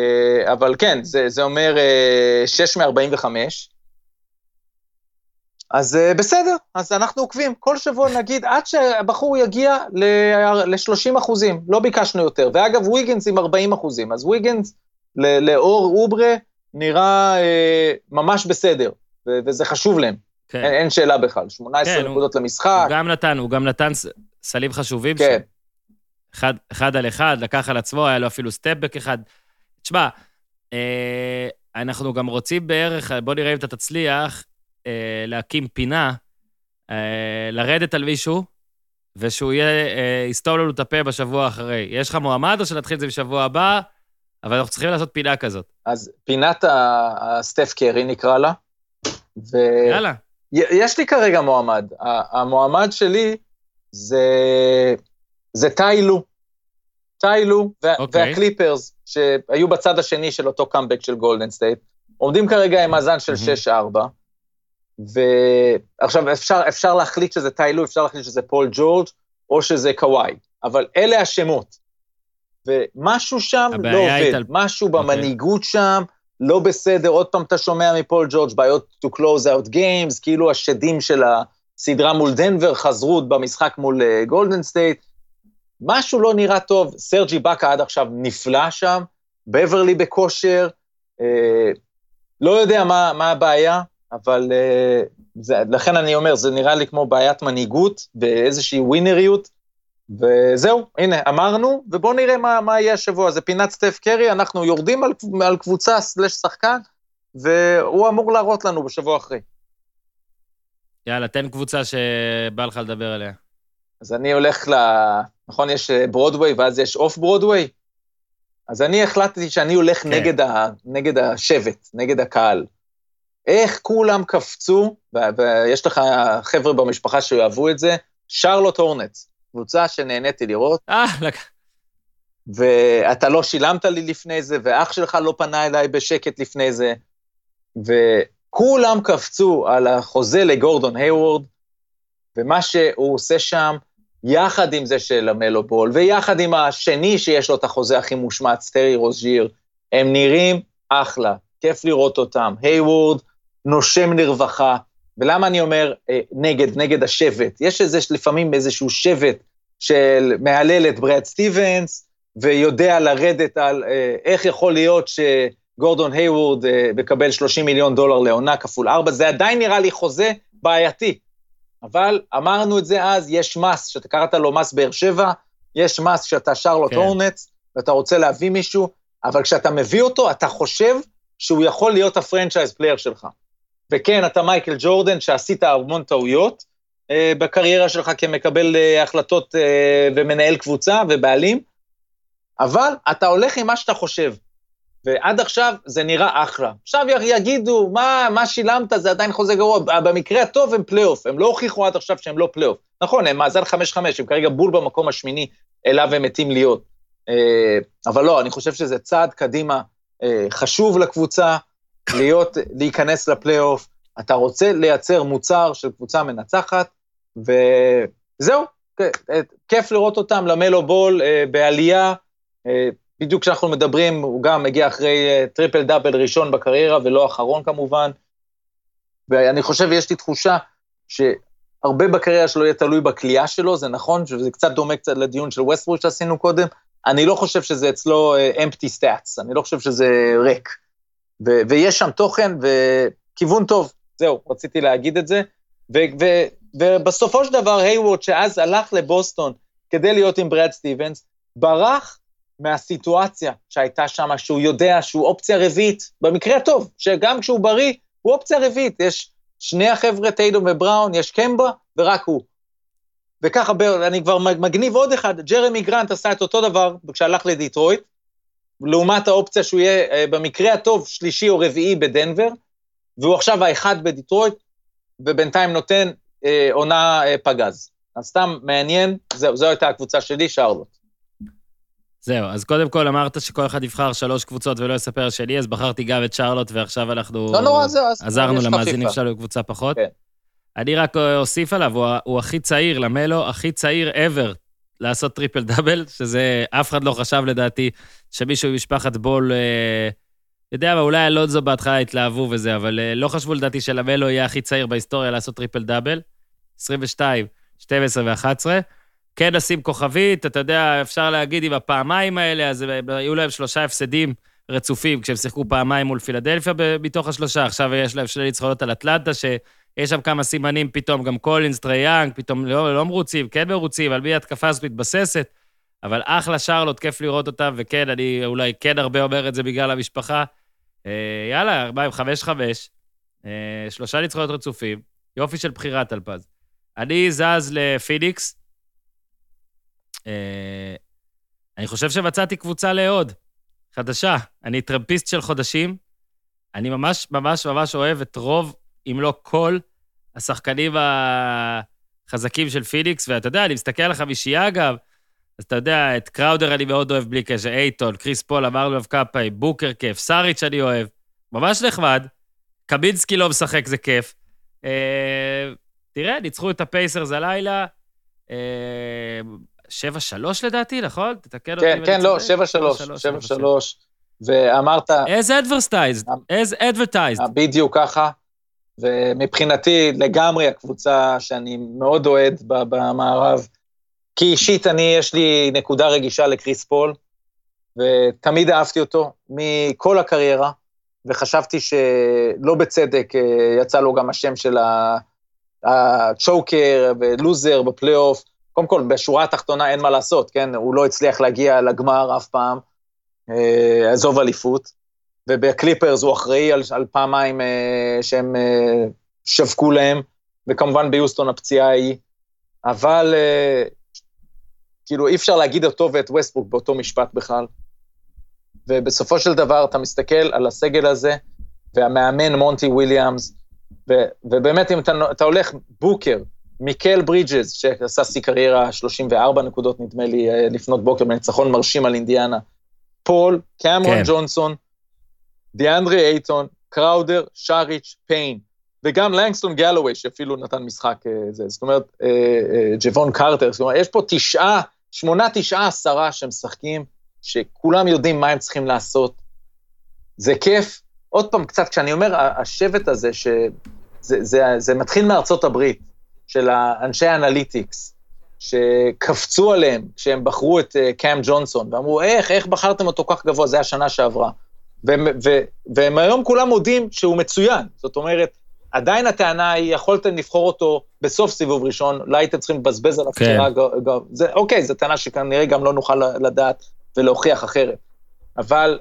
אבל כן, זה, זה אומר שש מ-ארבעים וחמש, אז בסדר, אז אנחנו עוקבים, כל שבוע נגיד, עד שהבחור יגיע ל-שלושים אחוזים, לא ביקשנו יותר, ואגב, וויגנס עם ארבעים אחוזים, אז וויגנס לאור אוברה נראה אה, ממש בסדר, ו- וזה חשוב להם, כן. אין, אין שאלה בכלל, שמונה עשרה כן, נקודות הוא, למשחק. הוא גם נתן, הוא גם נתן סלים חשובים כן. שם, אחד, אחד על אחד, לקח על עצמו, היה לו אפילו סטפבק אחד. תשמע, אה, אנחנו גם רוצים בערך, בוא נראה אם אתה תצליח, אה, להקים פינה, אה, לרדת על מישהו, ושהוא יהיה, אה, יסתום לנו את הפה בשבוע אחרי. יש לך מועמד או שנתחיל את זה בשבוע הבא? אבל אנחנו צריכים לעשות פינה כזאת. אז פינת הסטף קרי נקרא לה. ו... יאללה. יש לי כרגע מועמד. המועמד שלי זה, זה טיילו. טיילו וה... okay. והקליפרס, שהיו בצד השני של אותו קאמבק של גולדן סטייט, עומדים כרגע עם מאזן של שש ארבע, ועכשיו אפשר, אפשר להחליט שזה טיילו, אפשר להחליט שזה פול ג'ורג' או שזה קוואי, אבל אלה השמות. ומשהו שם לא עובד, על... משהו okay. במנהיגות שם לא בסדר, עוד פעם אתה שומע מפול ג'ורג' בעיות to close out games, כאילו השדים של הסדרה מול דנבר חזרו במשחק מול גולדן סטייט, משהו לא נראה טוב, סרג'י בקה עד עכשיו נפלא שם, בברלי בכושר, אה, לא יודע מה, מה הבעיה, אבל אה, זה, לכן אני אומר, זה נראה לי כמו בעיית מנהיגות, באיזושהי ווינריות, וזהו, הנה, אמרנו, ובואו נראה מה, מה יהיה השבוע, זה פינת סטף קרי, אנחנו יורדים על, על קבוצה סלש שחקן, והוא אמור להראות לנו בשבוע אחרי. יאללה, תן קבוצה שבא לך לדבר עליה. אז אני הולך ל... נכון, יש ברודווי, ואז יש אוף ברודווי, אז אני החלטתי שאני הולך כן. נגד, ה... נגד השבט, נגד הקהל. איך כולם קפצו, ו... ויש לך חבר'ה במשפחה שאוהבו את זה, שרלוט הורנטס. קבוצה שנהניתי לראות, אה, לק... ואתה לא שילמת לי לפני זה, ואח שלך לא פנה אליי בשקט לפני זה, וכולם קפצו על החוזה לגורדון היוורד, ומה שהוא עושה שם, יחד עם זה של המלו בול, ויחד עם השני שיש לו את החוזה הכי מושמץ, טרי רוז'יר, הם נראים אחלה, כיף לראות אותם, היוורד נושם לרווחה, ולמה אני אומר אה, נגד, נגד השבט? יש איזה, לפעמים איזשהו שבט של מעלל את ברד סטיבנס, ויודע לרדת על אה, איך יכול להיות שגורדון היוורד אה, מקבל שלושים מיליון דולר לעונה כפול ארבע, זה עדיין נראה לי חוזה בעייתי, אבל אמרנו את זה אז, יש מס, שאתה קראת לו מס באר שבע, יש מס שאתה שרלוט הורנטס, כן. ואתה רוצה להביא מישהו, אבל כשאתה מביא אותו, אתה חושב שהוא יכול להיות הפרנצ'ייז פלייר שלך. וכן, אתה מייקל ג'ורדן, שעשית המון טעויות אה, בקריירה שלך כמקבל אה, החלטות אה, ומנהל קבוצה ובעלים, אבל אתה הולך עם מה שאתה חושב, ועד עכשיו זה נראה אחלה. עכשיו יגידו, מה, מה שילמת, זה עדיין חוזה גרוע, במקרה הטוב הם פלייאוף, הם לא הוכיחו עד עכשיו שהם לא פלייאוף. נכון, הם מאזן חמש חמש, הם כרגע בול במקום השמיני, אליו הם מתים להיות. אה, אבל לא, אני חושב שזה צעד קדימה אה, חשוב לקבוצה, להיות, להיכנס לפלייאוף, אתה רוצה לייצר מוצר של קבוצה מנצחת, וזהו, כיף לראות אותם למלו בול בעלייה, בדיוק כשאנחנו מדברים, הוא גם מגיע אחרי טריפל דאבל ראשון בקריירה, ולא אחרון כמובן, ואני חושב, יש לי תחושה, שהרבה בקריירה שלו יהיה תלוי בקליעה שלו, זה נכון, שזה קצת דומה קצת לדיון של ווסטבורג שעשינו קודם, אני לא חושב שזה אצלו empty stats, אני לא חושב שזה ריק, ו- ויש שם תוכן וכיוון טוב, זהו, רציתי להגיד את זה, ו- ו- ובסופו של דבר, היוורד שאז הלך לבוסטון, כדי להיות עם ברד סטיבנס, ברח מהסיטואציה שהייתה שם, שהוא יודע שהוא אופציה רביעית, במקרה הטוב, שגם כשהוא בריא, הוא אופציה רביעית, יש שני החבר'ה, טיידום ובראון, יש קמבה, ורק הוא. וככה, אני כבר מגניב עוד אחד, ג'רמי גרנט עשה את אותו דבר, כשהלך לדיטרויט, לעומת האופציה שהוא יהיה במקרה הטוב שלישי או רביעי בדנבר, והוא עכשיו האחד בדיטרויט, ובינתיים נותן אה, עונה אה, פגז. אז סתם מעניין, זהו, זו הייתה הקבוצה שלי, שרלוט. זהו, אז קודם כל אמרת שכל אחד יבחר שלוש קבוצות ולא יספר שלי, אז בחרתי גם את שרלוט, ועכשיו אנחנו לא נורא, זהו, עזרנו למאזינים שלנו קבוצה פחות. כן. אני רק אוסיף עליו, הוא, הוא הכי צעיר, למלו, הכי צעיר ever, לעשות טריפל דאבל, שזה אף אחד לא חשב לדעתי, שמישהו במשפחת בול אה, יודע, אבל אולי אלונזו בהתחלה התלהבו וזה, אבל לא חשבו לדעתי שלמלו יהיה הכי צעיר בהיסטוריה לעשות טריפל דאבל, עשרים ושתיים, שתים עשרה ו-אחת עשרה, כן נשים כוכבית, אתה יודע, אפשר להגיד עם הפעמיים האלה, אז היו להם שלושה הפסדים רצופים, כשהם שיחקו פעמיים מול פילדלפיה מתוך השלושה, עכשיו יש להם שני ניצחונות על אטלנטה, שיש שם כמה סימנים פתאום, גם קולינס, טרייאנג, פתאום לא, לא מרוצים, כן מרוצים, על מי התקפה הזאת מתבססת, אבל אחלה שרלוט, כיף לראות אותם, וכן, אני אולי כן הרבה אומר את זה בגלל המשפחה, יאללה, ארבעים, חמש, חמש, שלושה ניצחונות רצופים, יופי של בחירת אלפז. אני זז לפיניקס, אני חושב שמצאתי קבוצה לעוד, חדשה, אני טרמפיסט של חודשים, אני ממש ממש ממש אוהב את רוב, אם לא כל, השחקנים החזקים של פיניקס, ואתה יודע, אני מסתכל על החמישייה אגב, אז אתה יודע, את קראודר אני מאוד אוהב בלי קשר, אייטון, קריס פול, אמרנו אוהב קאפאי, בוקר כיף, סאריץ' אני אוהב, ממש נחמד, קמינסקי לא משחק, זה כיף. אה, תראה, ניצחו את הפייסרס הלילה, אה, שבע שלוש לדעתי, נכון? תתקן אותי. כן, כן, לא, שבע שלוש, שבע שלוש, ואמרת... as advertised, as advertised. בדיוק ככה, ומבחינתי לגמרי הקבוצה שאני מאוד אוהד במערב, כי אישית אני, יש לי נקודה רגישה לקריס פול, ותמיד אהבתי אותו מכל הקריירה, וחשבתי שלא בצדק יצא לו גם השם של הצ'וקר ולוזר בפלייאוף, קודם כל, בשורה התחתונה אין מה לעשות, כן? הוא לא הצליח להגיע לגמר אף פעם, עזוב אליפות, ובקליפרס הוא אחראי על, על פעמיים שהם שבקו להם, וכמובן ביוסטון הפציעה היא, אבל כאילו אי אפשר להגיד אותו ואת ווסטברוק באותו משפט בכלל, ובסופו של דבר אתה מסתכל על הסגל הזה, והמאמן מונטי וויליאמס, ו, ובאמת אם אתה, אתה הולך בוקר, מיקל ברידג'ס, שעשה סי קריירה שלושים וארבע נקודות, נדמה לי, לפנות בוקר, בניצחון מרשים על אינדיאנה, פול, קמרון כן. ג'ונסון, דיאנדרי אייטון, קראודר, שריץ', פיין, וגם לנגסטון גלווי, שאפילו נתן משחק, זה, זאת אומרת, ג'וון קרטר, זאת אומרת, יש פה תשעה, שמונה, תשעה, עשרה שמשחקים, שכולם יודעים מה הם צריכים לעשות. זה כיף. עוד פעם, קצת, כשאני אומר, השבט הזה, שזה, זה, זה מתחיל מארצות הברית, של האנשי האנליטיקס, שקפצו עליהם, כשהם בחרו את קאם ג'ונסון, ואמרו, איך, איך בחרתם אותו כך גבוה? זה השנה שעברה. והם, ו, והם היום כולם מודים שהוא מצוין. זאת אומרת, עדיין הטענה היא, יכולתם לבחור אותו בסוף סיבוב ראשון, לא הייתם צריכים לבזבז על הבחירה, כן. זה, אוקיי, זו טענה שכנראה גם לא נוכל לדעת ולהוכיח אחרת. אבל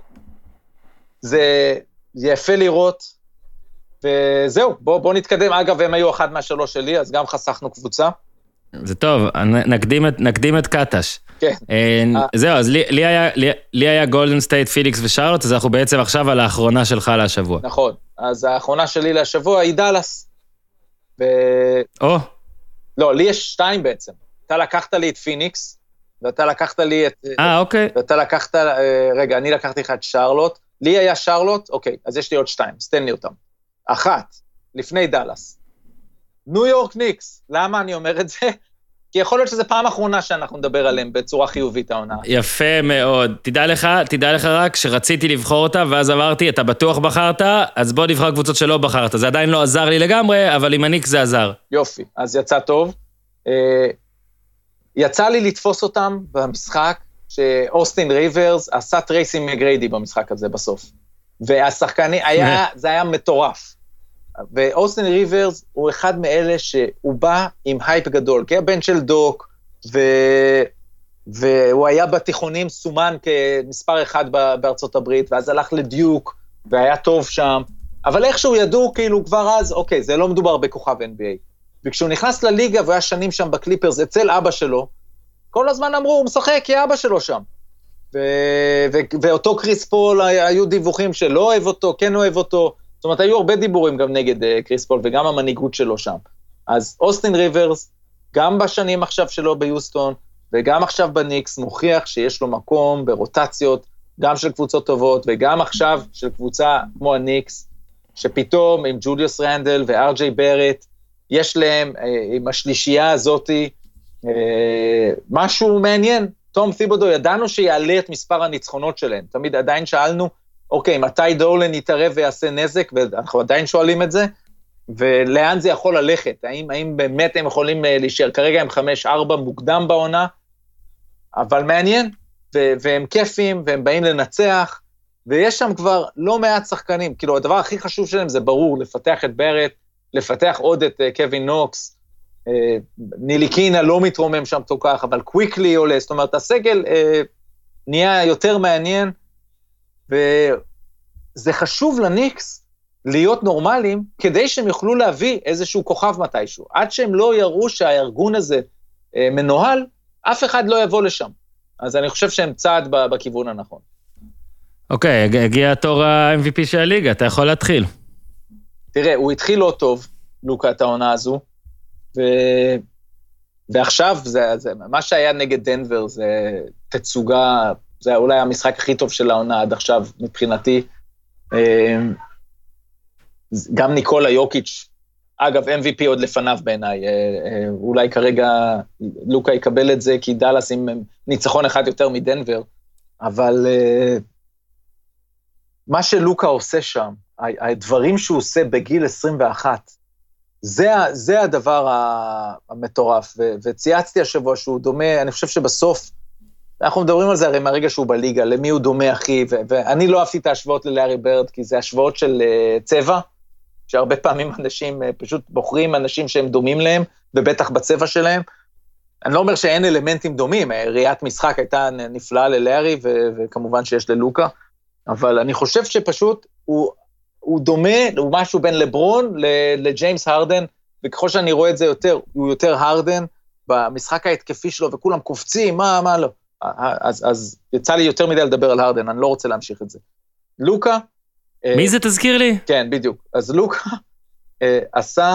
זה יפה לראות, וזהו, בוא, בוא נתקדם. אגב, הם היו אחד מהשלוש שלי, אז גם חסכנו קבוצה. זה טוב, נקדים את, נקדים את קטש. כן. זהו, אז לי, לי היה, לי, לי היה גולדן סטייט, פיניקס ושרלוט, אז אנחנו בעצם עכשיו על האחרונה שלך להשבוע. נכון, אז האחרונה שלי להשבוע היא דלס. ו... או. לא, לי יש שתיים בעצם. אתה לקחת לי את פיניקס, ואתה לקחת לי את... אה, אוקיי. ואתה לקחת, רגע, אני לקחתי לך את שרלוט, לי היה שרלוט, אוקיי, אז יש לי עוד שתיים, סתן לי אותם. אחת, לפני דלס. ניו יורק ניקס, למה אני אומר את זה? כי יכול להיות שזו פעם אחרונה שאנחנו נדבר עליהם בצורה חיובית העונה. יפה מאוד. תדע לך, תדע לך רק שרציתי לבחור אותה, ואז אמרתי, אתה בטוח בחרת, אז בוא נבחר קבוצות שלא בחרת. זה עדיין לא עזר לי לגמרי, אבל עם הניקס זה עזר. יופי, אז יצא טוב. יצא לי לתפוס אותם במשחק, שאוסטין ריברס עשה טרייסי מגריידי במשחק הזה בסוף. והשחקני, היה, זה היה מטורף. ואוסטין ריברס הוא אחד מאלה שהוא בא עם הייפ גדול, כי הבן של דוק, ו... והוא היה בתיכונים סומן כמספר אחד בארצות הברית, ואז הלך לדיוק, והיה טוב שם, אבל איכשהו ידעו כאילו כבר אז, אוקיי, זה לא מדובר בכוכב אן בי איי. וכשהוא נכנס לליגה, והוא היה שנים שם בקליפרס, אצל אבא שלו, כל הזמן אמרו, הוא משחק כי אבא שלו שם. ו... ו... ואותו קריס פול, היו דיווחים שלא אוהב אותו, כן אוהב אותו, זאת אומרת, היו הרבה דיבורים גם נגד uh, קריס פול, וגם המנהיגות שלו שם. אז אוסטין ריברס, גם בשנים עכשיו שלו ביוסטון, וגם עכשיו בניקס, מוכיח שיש לו מקום ברוטציות, גם של קבוצות טובות, וגם עכשיו של קבוצה כמו הניקס, שפתאום עם ג'וליוס רנדל ואר ג'יי ברט, יש להם, uh, עם השלישייה הזאת, uh, משהו מעניין. תום תיבודו, ידענו שיעלה את מספר הניצחונות שלהם, תמיד עדיין שאלנו, אוקיי, מתי דולן יתערב ויעשה נזק, ואנחנו עדיין שואלים את זה, ולאן זה יכול ללכת, האם, האם באמת הם יכולים להישאר, כרגע הם חמש ארבע מוקדם בעונה, אבל מעניין, ו- והם כיפים, והם באים לנצח, ויש שם כבר לא מעט שחקנים, כאילו הדבר הכי חשוב שלהם זה ברור, לפתח את ברט, לפתח עוד את uh, קווין נוקס, uh, ניליקינה לא מתרומם שם תוקח, אבל קוויקלי עולה, זאת אומרת, הסגל uh, נהיה יותר מעניין, וזה חשוב לניקס להיות נורמליים, כדי שהם יוכלו להביא איזשהו כוכב מתישהו, עד שהם לא יראו שהארגון הזה uh, מנוהל, אף אחד לא יבוא לשם. אז אני חושב שהם צעד בכיוון הנכון. אוקיי, okay, הגיע התור ה-אם וי פי של הליגה, אתה יכול להתחיל. תראה, הוא התחיל לא טוב, לוקה, את העונה הזו, ו... ועכשיו, זה, זה, מה שהיה נגד דנבר, זה תצוגה, זה אולי המשחק הכי טוב של העונה עד עכשיו, מבחינתי. גם ניקולה יוקיץ', אגב, אם וי פי עוד לפניו בעיניי, אולי כרגע לוקה יקבל את זה, כי דלס עם ניצחון אחד יותר מדנבר, אבל מה שלוקה עושה שם, הדברים שהוא עושה בגיל עשרים ואחת, זה, זה הדבר המטורף, וצייצתי השבוע שהוא דומה, אני חושב שבסוף, אנחנו מדברים על זה הרי מהרגע שהוא בליגה, למי הוא דומה אחי, ואני לא אהבתי את ההשוואות ללארי ברד, כי זה השוואות של צבע, שהרבה פעמים אנשים פשוט בוחרים אנשים שהם דומים להם, ובטח בצבע שלהם. אני לא אומר שאין אלמנטים דומים, ראיית משחק הייתה נפלאה ללארי, ו- וכמובן שיש ללוקה, אבל אני חושב שפשוט הוא, הוא דומה, הוא משהו בין לברון לג'יימס הרדן, וככל שאני רואה את זה יותר, הוא יותר הרדן, במשחק ההתקפי שלו, וכולם קופצים, מה, מה לא. אז, אז יצא לי יותר מדי לדבר על הרדן, אני לא רוצה להמשיך את זה. לוקה, מי זה תזכיר לי? כן, בדיוק. אז לוקה אה, עשה,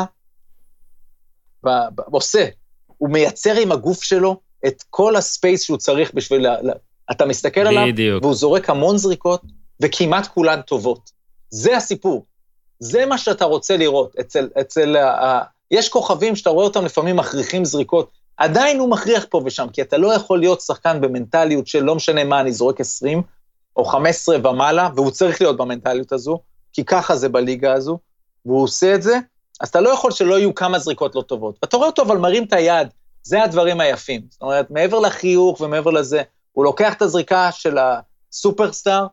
ב, ב, עושה, הוא מייצר עם הגוף שלו את כל הספייס שהוא צריך בשביל, לה, לה, אתה מסתכל עליו, בדיוק. והוא זורק המון זריקות, וכמעט כולן טובות. זה הסיפור. זה מה שאתה רוצה לראות. אצל, אצל, ה, יש כוכבים שאתה רואה אותם לפעמים מכריחים זריקות, עדיין הוא מכריח פה ושם, כי אתה לא יכול להיות שחקן במנטליות של לא משנה מה, אני זורק עשרים, או חמש עשרה ומעלה, והוא צריך להיות במנטליות הזו, כי ככה זה בליגה הזו, והוא עושה את זה, אז אתה לא יכול שלא יהיו כמה זריקות לא טובות. אתה רואה אותו, אבל מרים את היד, זה הדברים היפים. זאת אומרת, מעבר לחיוך ומעבר לזה, הוא לוקח את הזריקה של הסופרסטאר,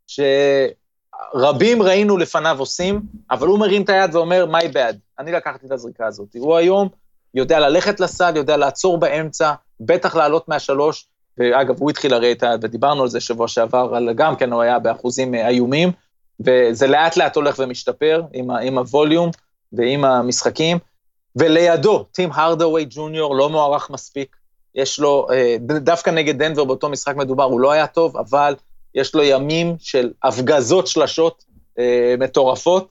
שרבים ראינו לפניו עושים, אבל הוא מרים את היד ואומר, my bad, אני לקחתי את הזריקה הזאת. הוא היום יודע ללכת לסל, יודע לעצור באמצע, בטח לעלות מהשלוש, ואגב, הוא התחיל הרי את ה... ודיברנו על זה שבוע שעבר, על גם כן הוא היה באחוזים איומים, וזה לאט לאט הולך ומשתפר עם, ה... עם הווליום ועם המשחקים, ולידו, טים הרדווי ג'וניור לא מוערך מספיק, יש לו, דווקא נגד דנבר באותו משחק מדובר, הוא לא היה טוב, אבל יש לו ימים של הפגזות שלשות מטורפות,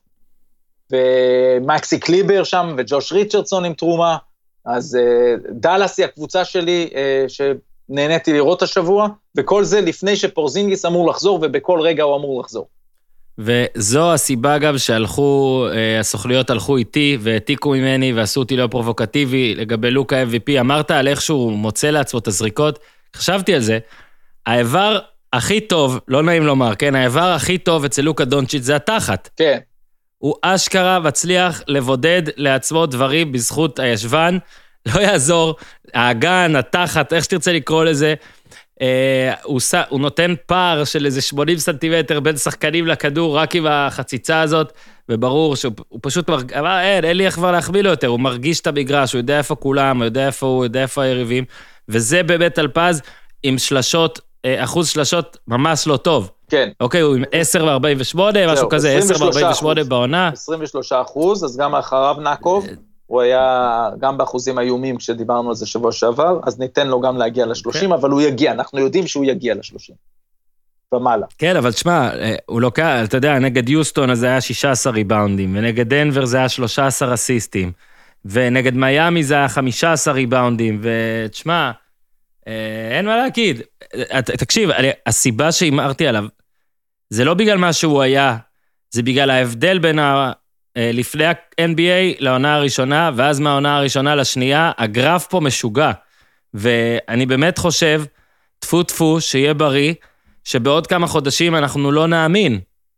ומקסי קליבר שם, וג'וש ריצ'רדסון עם תרומה, אז דלס היא הקבוצה שלי, שנהניתי לראות השבוע, וכל זה לפני שפורזינגיס אמור לחזור, ובכל רגע הוא אמור לחזור. וזו הסיבה אגב שהלכו, הסוכליות הלכו איתי, והעתיקו ממני, ועשו אותי לא פרובוקטיבי, לגבי לוקה אם וי פי, אמרת על איך שהוא מוצא לעצמו את הזריקות, חשבתי על זה, האיבר הכי טוב, לא נעים לומר, כן, האיבר הכי טוב אצל לוקה דונצ'יץ' זה התחת. כן. הוא אשכרה מצליח לבודד לעצמו דברים בזכות הישבן, לא יעזור, האגן, התחת, איך שתרצה לקרוא לזה, אה, הוא, הוא נותן פער של איזה שמונים סנטימטר בין שחקנים לכדור, רק עם החציצה הזאת, וברור שהוא פשוט מרג... אמר, אין, אין לי איך כבר להחמיא לו יותר, הוא מרגיש את המגרש, הוא יודע איפה כולם, הוא יודע איפה הוא, יודע איפה היריבים, וזה באמת אלפז עם שלשות, אחוז שלשות ממש לא טוב. כן. אוקיי, הוא עם עשר וארבעים ושמונה, משהו כזה, עשר וארבעים ושמונה בעונה. עשרים ושלושה אחוז, אז גם אחריו נקוב, הוא היה גם באחוזים איומים כשדיברנו על זה שבוע שעבר, אז ניתן לו גם להגיע ל-שלושים, אבל הוא יגיע, אנחנו יודעים שהוא יגיע ל-שלושים. ומעלה. כן, אבל תשמע, הוא לוקח, אתה יודע, נגד יוסטון אז זה היה שישה עשר ריבאונדים, ונגד דנבר זה היה שלושה עשר אסיסטים, ונגד מיימי זה היה חמישה עשר ריבאונדים, ותשמע, אין מה להגיד. תקשיב, הסיבה שהימרתי עליו, זה לא בגלל מה שהוא היה, זה בגלל ההבדל בין ה... לפני ה-אן בי איי לעונה הראשונה, ואז מהעונה הראשונה לשנייה, הגרף פה משוגע. ואני באמת חושב, תפו תפו, שיהיה בריא, שבעוד כמה חודשים אנחנו לא נאמין.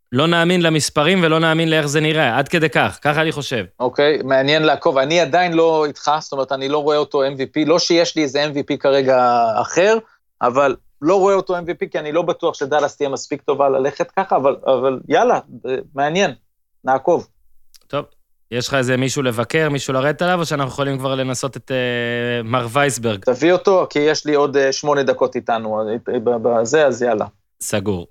לא נאמין למספרים ולא נאמין לאיך זה נראה, עד כדי כך, ככה אני חושב. אוקיי, מעניין לעקוב, אני עדיין לא איתך, זאת אומרת, אני לא רואה אותו אם וי פי, לא שיש לי איזה אם וי פי כרגע אחר, אבל לא רואה אותו אם וי פי, כי אני לא בטוח שדלס תהיה מספיק טובה ללכת ככה, אבל, אבל יאללה, מעניין, נעקוב. טוב, יש לך איזה מישהו לבקר, מישהו לרדת עליו, או שאנחנו יכולים כבר לנסות את uh, מר וייסברג? תביא אותו, כי יש לי עוד uh, שמונה דקות איתנו, בזה, אז יאללה. סגור.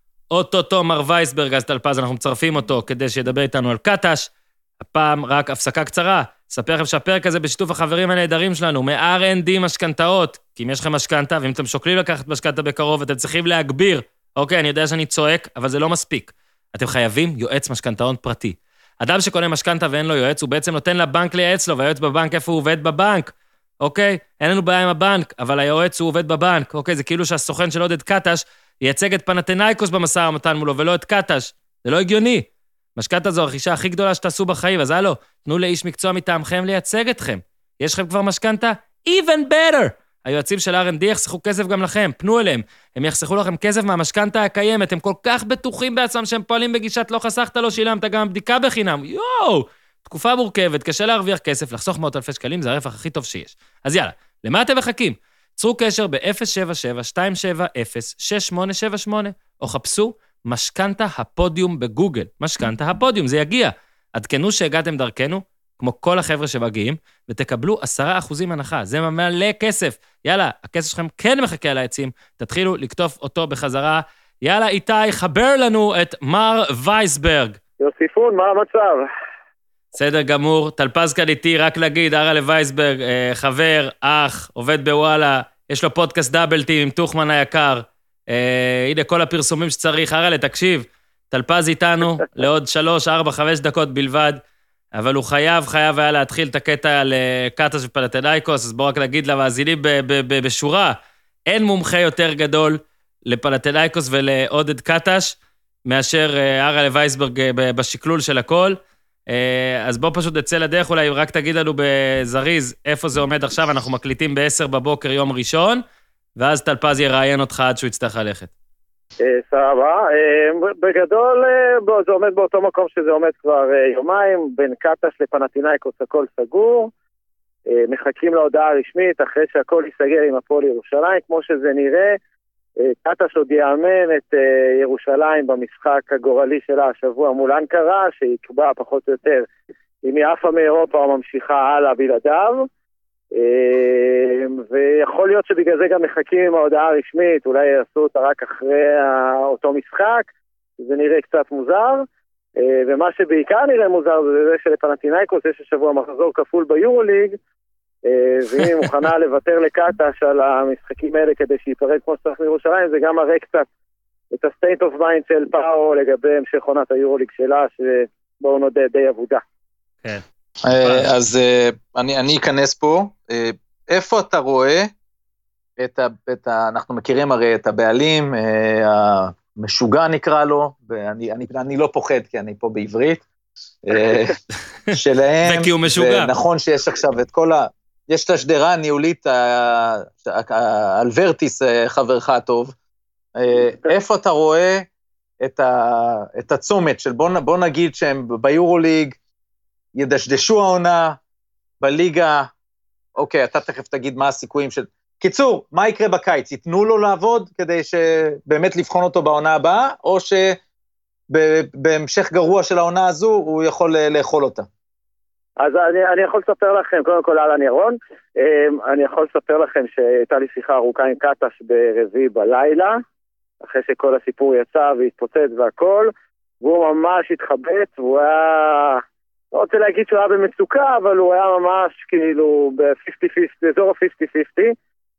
אוטוטו מר וייסברג, אז טלפז, אנחנו מצרפים אותו כדי שידבר איתנו על קטש. הפעם רק הפסקה קצרה. ספר לכם שהפרק הזה בשיתוף החברים הנהדרים שלנו, מ-אר אנד די משכנתאות. כי אם יש לכם משכנתה, ואם אתם שוקלים לקחת משכנתה בקרוב, אתם צריכים להגביר. אוקיי, אני יודע שאני צועק, אבל זה לא מספיק. אתם חייבים יועץ משכנתאות פרטי. אדם שקונה משכנתה ואין לו יועץ, הוא בעצם נותן לבנק לייעץ לו, והיועץ בבנק איפה הוא עובד בבנק. אוקיי? אין לנו בעיה עם הבנק, אבל היועץ הוא עובד בבנק. אוקיי? זה כאילו שהסוכן של עודד קטש ייצג את פנתנייקוס במשא ומתן מולו, ולא את קטש. זה לא הגיוני. משכנתה זו הרכישה הכי גדולה שתעשו בחיים, אז הלו, תנו לאיש מקצוע מטעמכם לייצג אתכם. יש לכם כבר משכנתה? Even better! היועצים של אר אנד די יחסכו כסף גם לכם, פנו אליהם. הם יחסכו לכם כסף מהמשכנתה הקיימת, הם כל כך בטוחים בעצמם שהם פועלים בגישת לא חסכת, לא שילמת גם בדיקה בחינם. יואו! תקופה מורכבת, קשה להרוויח כסף, לחסוך מאות אלפי שקלים, זה הרווח הכי טוב שיש. אז יאללה, למה אתם מחכים? צרו קשר ב-אפס שבע שבע שתיים שבע אפס שש שמונה שבע שמונה, או חפשו משכנתה הפודיום בגוגל. משכנתה הפודיום, זה יגיע. עדכנו שהגעתם דרכנו, כמו כל החבר'ה שמגיעים, ותקבלו עשרה אחוזים הנחה. זה מלא כסף. יאללה, הכסף שלכם כן מחכה על העצים, תתחילו לקטוף אותו בחזרה. יאללה, איתי, חבר לנו את מר וייסברג. יוסיפון, מה המצב? בסדר גמור, טלפז כאן איתי, רק להגיד, ארה לווייסברג, חבר, אח, עובד בוואלה, יש לו פודקאסט דאבלטים עם תוכמן היקר. אה, הנה כל הפרסומים שצריך. ארה, תקשיב, טלפז איתנו לעוד שלוש, ארבע, חמש דקות בלבד, אבל הוא חייב, חייב היה להתחיל את הקטע על קטש ופנתנייקוס, אז בואו רק נגיד למאזינים בשורה, אין מומחה יותר גדול לפנתנייקוס ולעודד קטש, מאשר ארה לווייסברג בשקלול של הכל. אז בוא פשוט נצא לדרך, אולי רק תגיד לנו בזריז איפה זה עומד עכשיו, אנחנו מקליטים ב-עשר בבוקר יום ראשון, ואז טלפז יראיין אותך עד שהוא יצטרך ללכת. סבבה, בגדול זה עומד באותו מקום שזה עומד כבר יומיים, בין קטש לפנתנייקוס הכל סגור, מחכים להודעה הרשמית אחרי שהכל ייסגר עם הפועל ירושלים, כמו שזה נראה, קטש עוד יאמן את ירושלים במשחק הגורלי שלה השבוע מול אנקרה, שיקבע פחות או יותר אם היא עפה מאירופה או ממשיכה הלאה בלעדיו, ויכול להיות שבגלל זה גם מחכים עם ההודעה הרשמית, אולי יעשו אותה רק אחרי אותו משחק, זה נראה קצת מוזר, ומה שבעיקר נראה מוזר זה זה שלפנתנייקוס יש השבוע מחזור כפול ביורוליג, ואם היא מוכנה לוותר לקטש על המשחקים האלה כדי שיפרד כמו שצריך מירושלים, זה גם מראה קצת את ה-state of mind של פאו לגבי המשך עונת היורוליג שלה, שבואו נודה די עבודה. כן. אז אני, אני אכנס פה, איפה אתה רואה את ה, את ה, אנחנו מכירים הרי את הבעלים, המשוגע נקרא לו, ואני, אני, אני לא פוחד כי אני פה בעברית, שלהם, וכי הוא משוגע. ונכון שיש עכשיו את כל ה, יש את השדרה הניהולית, אלברטיס חברך הטוב, איפה אתה רואה את, ה, את הצומת של בוא, בוא נגיד שהם ביורוליג, ידשדשו העונה בליגה, אוקיי, אתה תכף תגיד מה הסיכויים של... קיצור, מה יקרה בקיץ? ייתנו לו לעבוד כדי שבאמת לבחון אותו בעונה הבאה, או שבהמשך גרוע של העונה הזו הוא יכול לאכול אותה? אז אני, אני יכול לספר לכם, קודם כל אלן ירון, אני יכול לספר לכם שהייתה לי שיחה ארוכה עם קטש ברביעי בלילה, אחרי שכל הסיפור יצא והתפוצץ והכל, והוא ממש התחבט, והוא היה... לא רוצה להגיד שהוא היה במצוקה, אבל הוא היה ממש כאילו ב-חמישים חמישים, באזור ה-חמישים חמישים,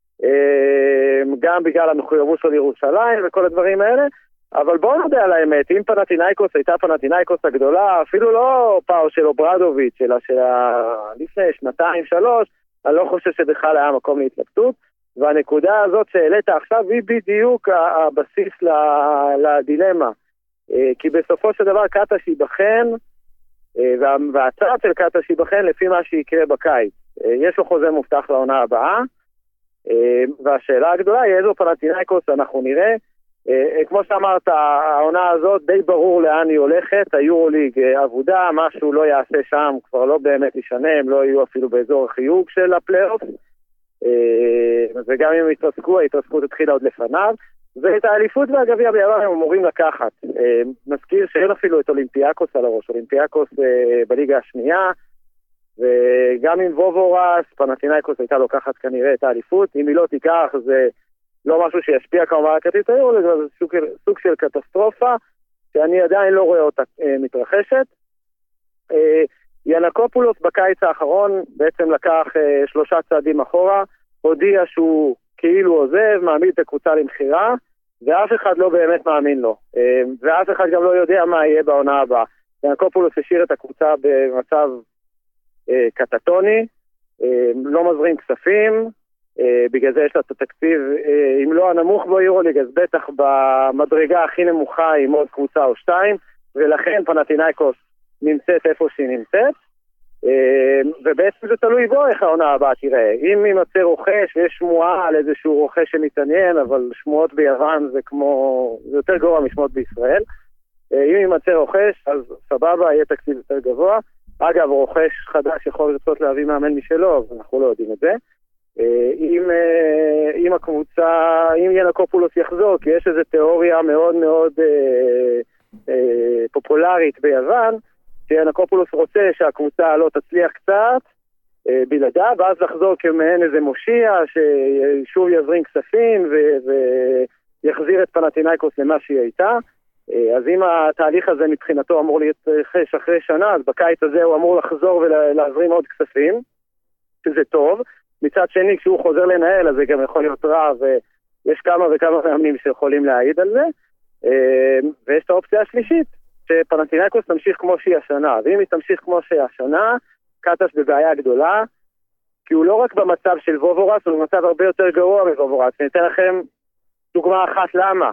גם בגלל המחויבות של ירושלים וכל הדברים האלה, אבל בואו נדע על האמת, אם פנתנייקוס הייתה פנתנייקוס הגדולה, אפילו לא פאו של אוברדוביץ', אלא של לפני שנתיים, שלוש, אני לא חושב שבכלל היה מקום להתלבטות, והנקודה הזאת שהעלית עכשיו היא בדיוק הבסיס לדילמה, כי בסופו של דבר קטש ייבחן, והצעת של קטש ייבחן לפי מה שיקרה בקיץ. יש לו חוזה מובטח לעונה הבאה, והשאלה הגדולה היא איזו פנתנייקוס אנחנו נראה, כמו שאמרת, העונה הזאת די ברור לאן היא הולכת, היורוליג עבודה, משהו לא יעשה שם, כבר לא באמת ישנה, הם לא יהיו אפילו באזור החיוג של הפלייאוף, וגם אם התרסקו, ההתרסקות התחילה עוד לפניו, ואת האליפות והגביע ביוון הם אמורים לקחת. נזכיר שאין אפילו את אולימפיאקוס על הראש, אולימפיאקוס בליגה השנייה, וגם עם וובורס, פנתינייקוס הייתה לוקחת כנראה את האליפות, אם היא לא תיקח זה לא משהו שישפיע כמובן על כרטיס היורוליג, זה סוג, סוג של קטסטרופה, שאני עדיין לא רואה אותה מתרחשת. ינקופולוס בקיץ האחרון בעצם לקח שלושה צעדים אחורה, הודיע שהוא כאילו עוזב, מעמיד את הקבוצה למחירה, ואף אחד לא באמת מאמין לו. ואף אחד גם לא יודע מה יהיה בעונה הבאה. ינקופולוס השאיר את הקבוצה במצב קטטוני, לא מזרים כספים, בגלל זה יש לה את התקציב, אם לא הנמוך ביורוליג, אז בטח במדרגה הכי נמוכה עם עוד קבוצה או שתיים, ולכן פנתינייקוס נמצאת איפה שהיא נמצאת, ובעצם זה תלוי בו איך העונה הבאה תראה. אם יימצא רוכש, ויש שמועה על איזשהו רוכש שמתעניין, אבל שמועות ביוון זה כמו, זה יותר גרוע משמועות בישראל. אם יימצא רוכש, אז סבבה, יהיה תקציב יותר גבוה. אגב, רוכש חדש יכול לרצות להביא מאמן משלו, אז אנחנו לא יודעים את זה. אם, אם הקבוצה, אם ינקופולוס יחזור, כי יש איזו תיאוריה מאוד מאוד אה, אה, פופולרית ביוון, שינקופולוס רוצה שהקבוצה לא תצליח קצת אה, בלעדה, ואז לחזור כמעין איזה מושיע, ששוב יזרים כספים ו- ויחזיר את פנתינייקוס למה שהיא הייתה. אה, אז אם התהליך הזה מבחינתו אמור להתרחש אחרי שנה, אז בקיץ הזה הוא אמור לחזור ולהזרים עוד כספים, שזה טוב. מצד שני, כשהוא חוזר לנהל, אז זה גם יכול להיות רע, ויש כמה וכמה מאמנים שיכולים להעיד על זה. ויש את האופציה השלישית, שפנתינייקוס תמשיך כמו שהיא השנה. ואם היא תמשיך כמו שהיא השנה, קטש בבעיה גדולה, כי הוא לא רק במצב של וובורס, הוא במצב הרבה יותר גרוע מוובורס. אני אתן לכם דוגמה אחת למה.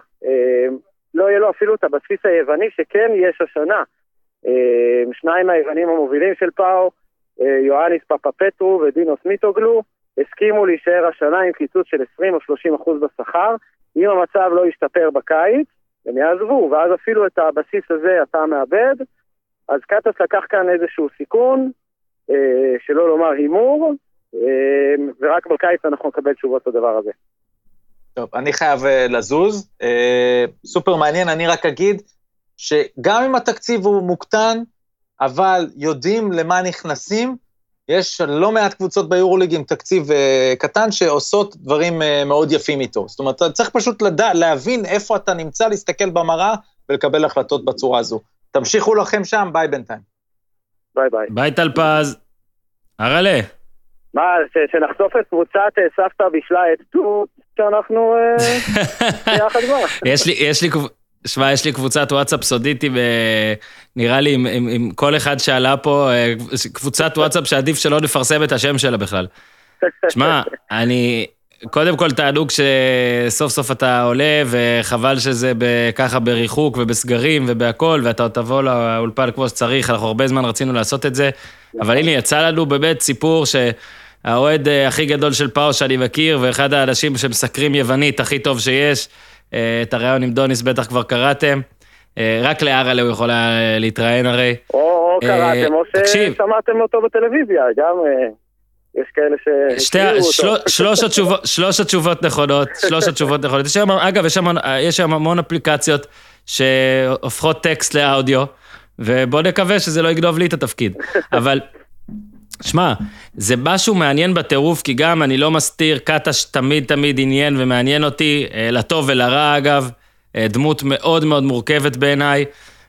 לא יהיה לו אפילו את הבסיס היווני שכן יש השנה. שניים היוונים המובילים של פאו, יואניס פפפטרו ודינוס מיטוגלו, הסכימו להישאר השנה עם קיצוץ של עשרים או שלושים אחוז בשכר. אם המצב לא ישתפר בקיץ, הם יעזבו, ואז אפילו את הבסיס הזה אתה מאבד. אז קטס לקח כאן איזשהו סיכון, אה, שלא לומר הימור, אה, ורק בקיץ אנחנו נקבל תשובות לדבר הזה. טוב, אני חייב אה, לזוז. אה, סופר מעניין, אני רק אגיד שגם אם התקציב הוא מוקטן, אבל יודעים למה נכנסים, יש לא מעט קבוצות ביורוליג עם תקציב uh, קטן שעושות דברים uh, מאוד יפים איתו. זאת אומרת, אתה צריך פשוט לדע, להבין איפה אתה נמצא, להסתכל במראה ולקבל החלטות בצורה הזו. תמשיכו לכם שם, ביי בינתיים. ביי ביי. ביי טלפז. הרלה. מה, ש- שנחשוף את קבוצת סבתא בשלה את טו, שאנחנו יחד כבר. יש לי, יש לי... שמע, יש לי קבוצת וואטסאפ סודיתי, נראה לי, עם, עם, עם כל אחד שעלה פה, קבוצת וואטסאפ שעדיף שלא נפרסם את השם שלה בכלל. שמע, אני, קודם כל תענוג שסוף סוף אתה עולה, וחבל שזה ככה בריחוק ובסגרים ובהכל, ואתה תבוא לאולפן כמו שצריך, אנחנו הרבה זמן רצינו לעשות את זה, אבל הנה, יצא לנו באמת סיפור שהאוהד הכי גדול של פאו שאני מכיר, ואחד האנשים שמסקרים יוונית הכי טוב שיש, את הרעיון עם דוניס בטח כבר קראתם, רק להרלה הוא יכול להתראיין הרי. או קראתם, או ששמעתם אותו בטלוויזיה, גם יש כאלה שהשאירו אותו. שלוש התשובות נכונות, שלוש התשובות נכונות. אגב, יש שם המון אפליקציות שהופכות טקסט לאודיו, ובוא נקווה שזה לא יגנוב לי את התפקיד. אבל... שמע, זה משהו מעניין בטירוף, כי גם אני לא מסתיר, קטש תמיד תמיד עניין ומעניין אותי, לטוב ולרע אגב, דמות מאוד מאוד מורכבת בעיניי,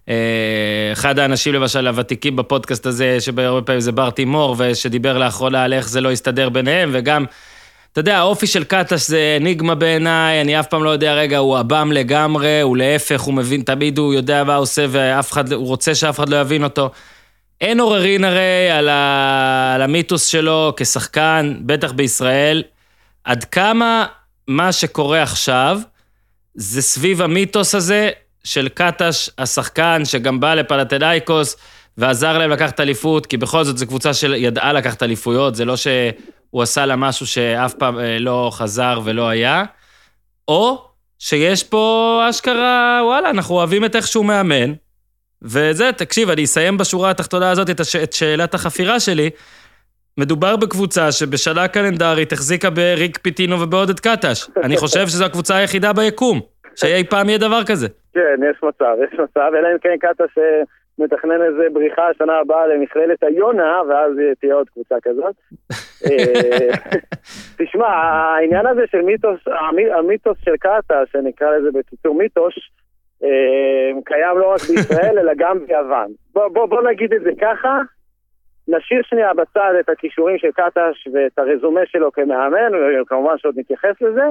אחד האנשים למשל הוותיקים בפודקאסט הזה, שבהרבה פעמים זה בר תימור, ושדיבר לאחרונה על איך זה לא יסתדר ביניהם, וגם, אתה יודע, האופי של קטש זה ניגמה בעיניי, אני אף פעם לא יודע, רגע, הוא אבם לגמרי, הוא להפך, הוא מבין, תמיד הוא יודע מה הוא עושה, ואף אחד, הוא רוצה שאף אחד לא יבין אותו, אין עוררין הרי על, ה... על המיתוס שלו כשחקן, בטח בישראל, עד כמה מה שקורה עכשיו, זה סביב המיתוס הזה של קטש השחקן, שגם בא לפנתינייקוס, ועזר להם לקחת אליפות, כי בכל זאת זו קבוצה שידעה לקחת אליפויות, זה לא שהוא עשה לה משהו שאף פעם לא חזר ולא היה, או שיש פה אשכרה, וואלה, אנחנו אוהבים את איך שהוא מאמן, וזה, תקשיב, אני אסיים בשורה התחתונה הזאת את, הש... את שאלת החפירה שלי, מדובר בקבוצה שבשנה קלנדרית החזיקה בריק פיטינו ובעודד קטש. אני חושב שזו הקבוצה היחידה ביקום, שאי פעם יהיה דבר כזה. כן, יש מצב, יש מצב, אלא אם כן קטש מתכנן איזה בריחה השנה הבאה למכללת היונה, ואז תהיה עוד קבוצה כזאת. תשמע, העניין הזה של מיתוס, המיתוס של קטש, שנקרא לזה בקיצור מיתוש, קיים לא רק בישראל, אלא גם ביוון. בוא, בוא, בוא נגיד את זה ככה, נשאיר שנייה בצד את הכישורים של קטש ואת הרזומה שלו כמאמן, וכמובן שעוד נתייחס לזה.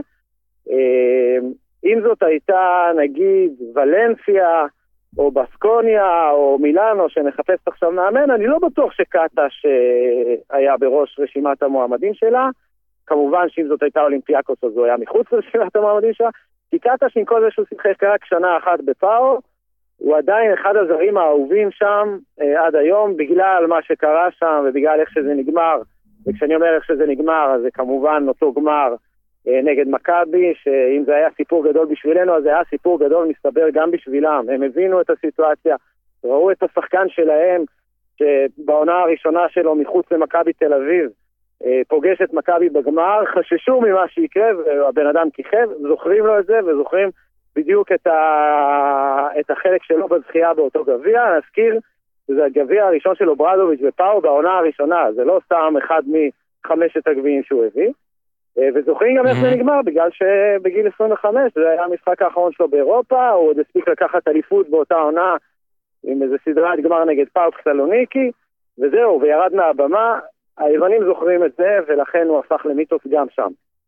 אם זאת הייתה, נגיד, ולנסיה, או בסקוניה, או מילאנו, שנחפש עכשיו מאמן, אני לא בטוח שקטש היה בראש רשימת המועמדים שלה. כמובן שאם זאת הייתה אולימפיאקוס, אז הוא היה מחוץ לרשימת המועמדים שלה. כי קטש, עם כל זה שהוא שיחק רק שנה אחת בפאו, הוא עדיין אחד הזרים האהובים שם אה, עד היום, בגלל מה שקרה שם ובגלל איך שזה נגמר. וכשאני אומר איך שזה נגמר, אז זה כמובן אותו גמר אה, נגד מכבי, שאם זה היה סיפור גדול בשבילנו, אז זה היה סיפור גדול מסתבר גם בשבילם. הם הבינו את הסיטואציה, ראו את השחקן שלהם, שבעונה הראשונה שלו מחוץ למכבי תל אביב, אה, פוגש את מכבי בגמר, חששו ממה שיקרה, והבן אדם כיכב, זוכרים לו את זה וזוכרים בדיוק את, ה... את החלק שלו בזכייה באותו גביע. נזכיר, זה הגביע הראשון שלו ברדוביץ' בפאו בעונה הראשונה, זה לא סתם אחד מחמשת הגביעים שהוא הביא, וזוכרים גם איך זה נגמר, בגלל שבגיל עשרים וחמש זה היה המשחק האחרון שלו באירופה, הוא עוד הספיק לקחת אליפות באותה עונה עם איזה סדרת גמר נגד פאוק סלוניקי, וזהו, וירד מהבמה. היוונים זוכרים את זה, ולכן הוא הפך למיתוס גם שם.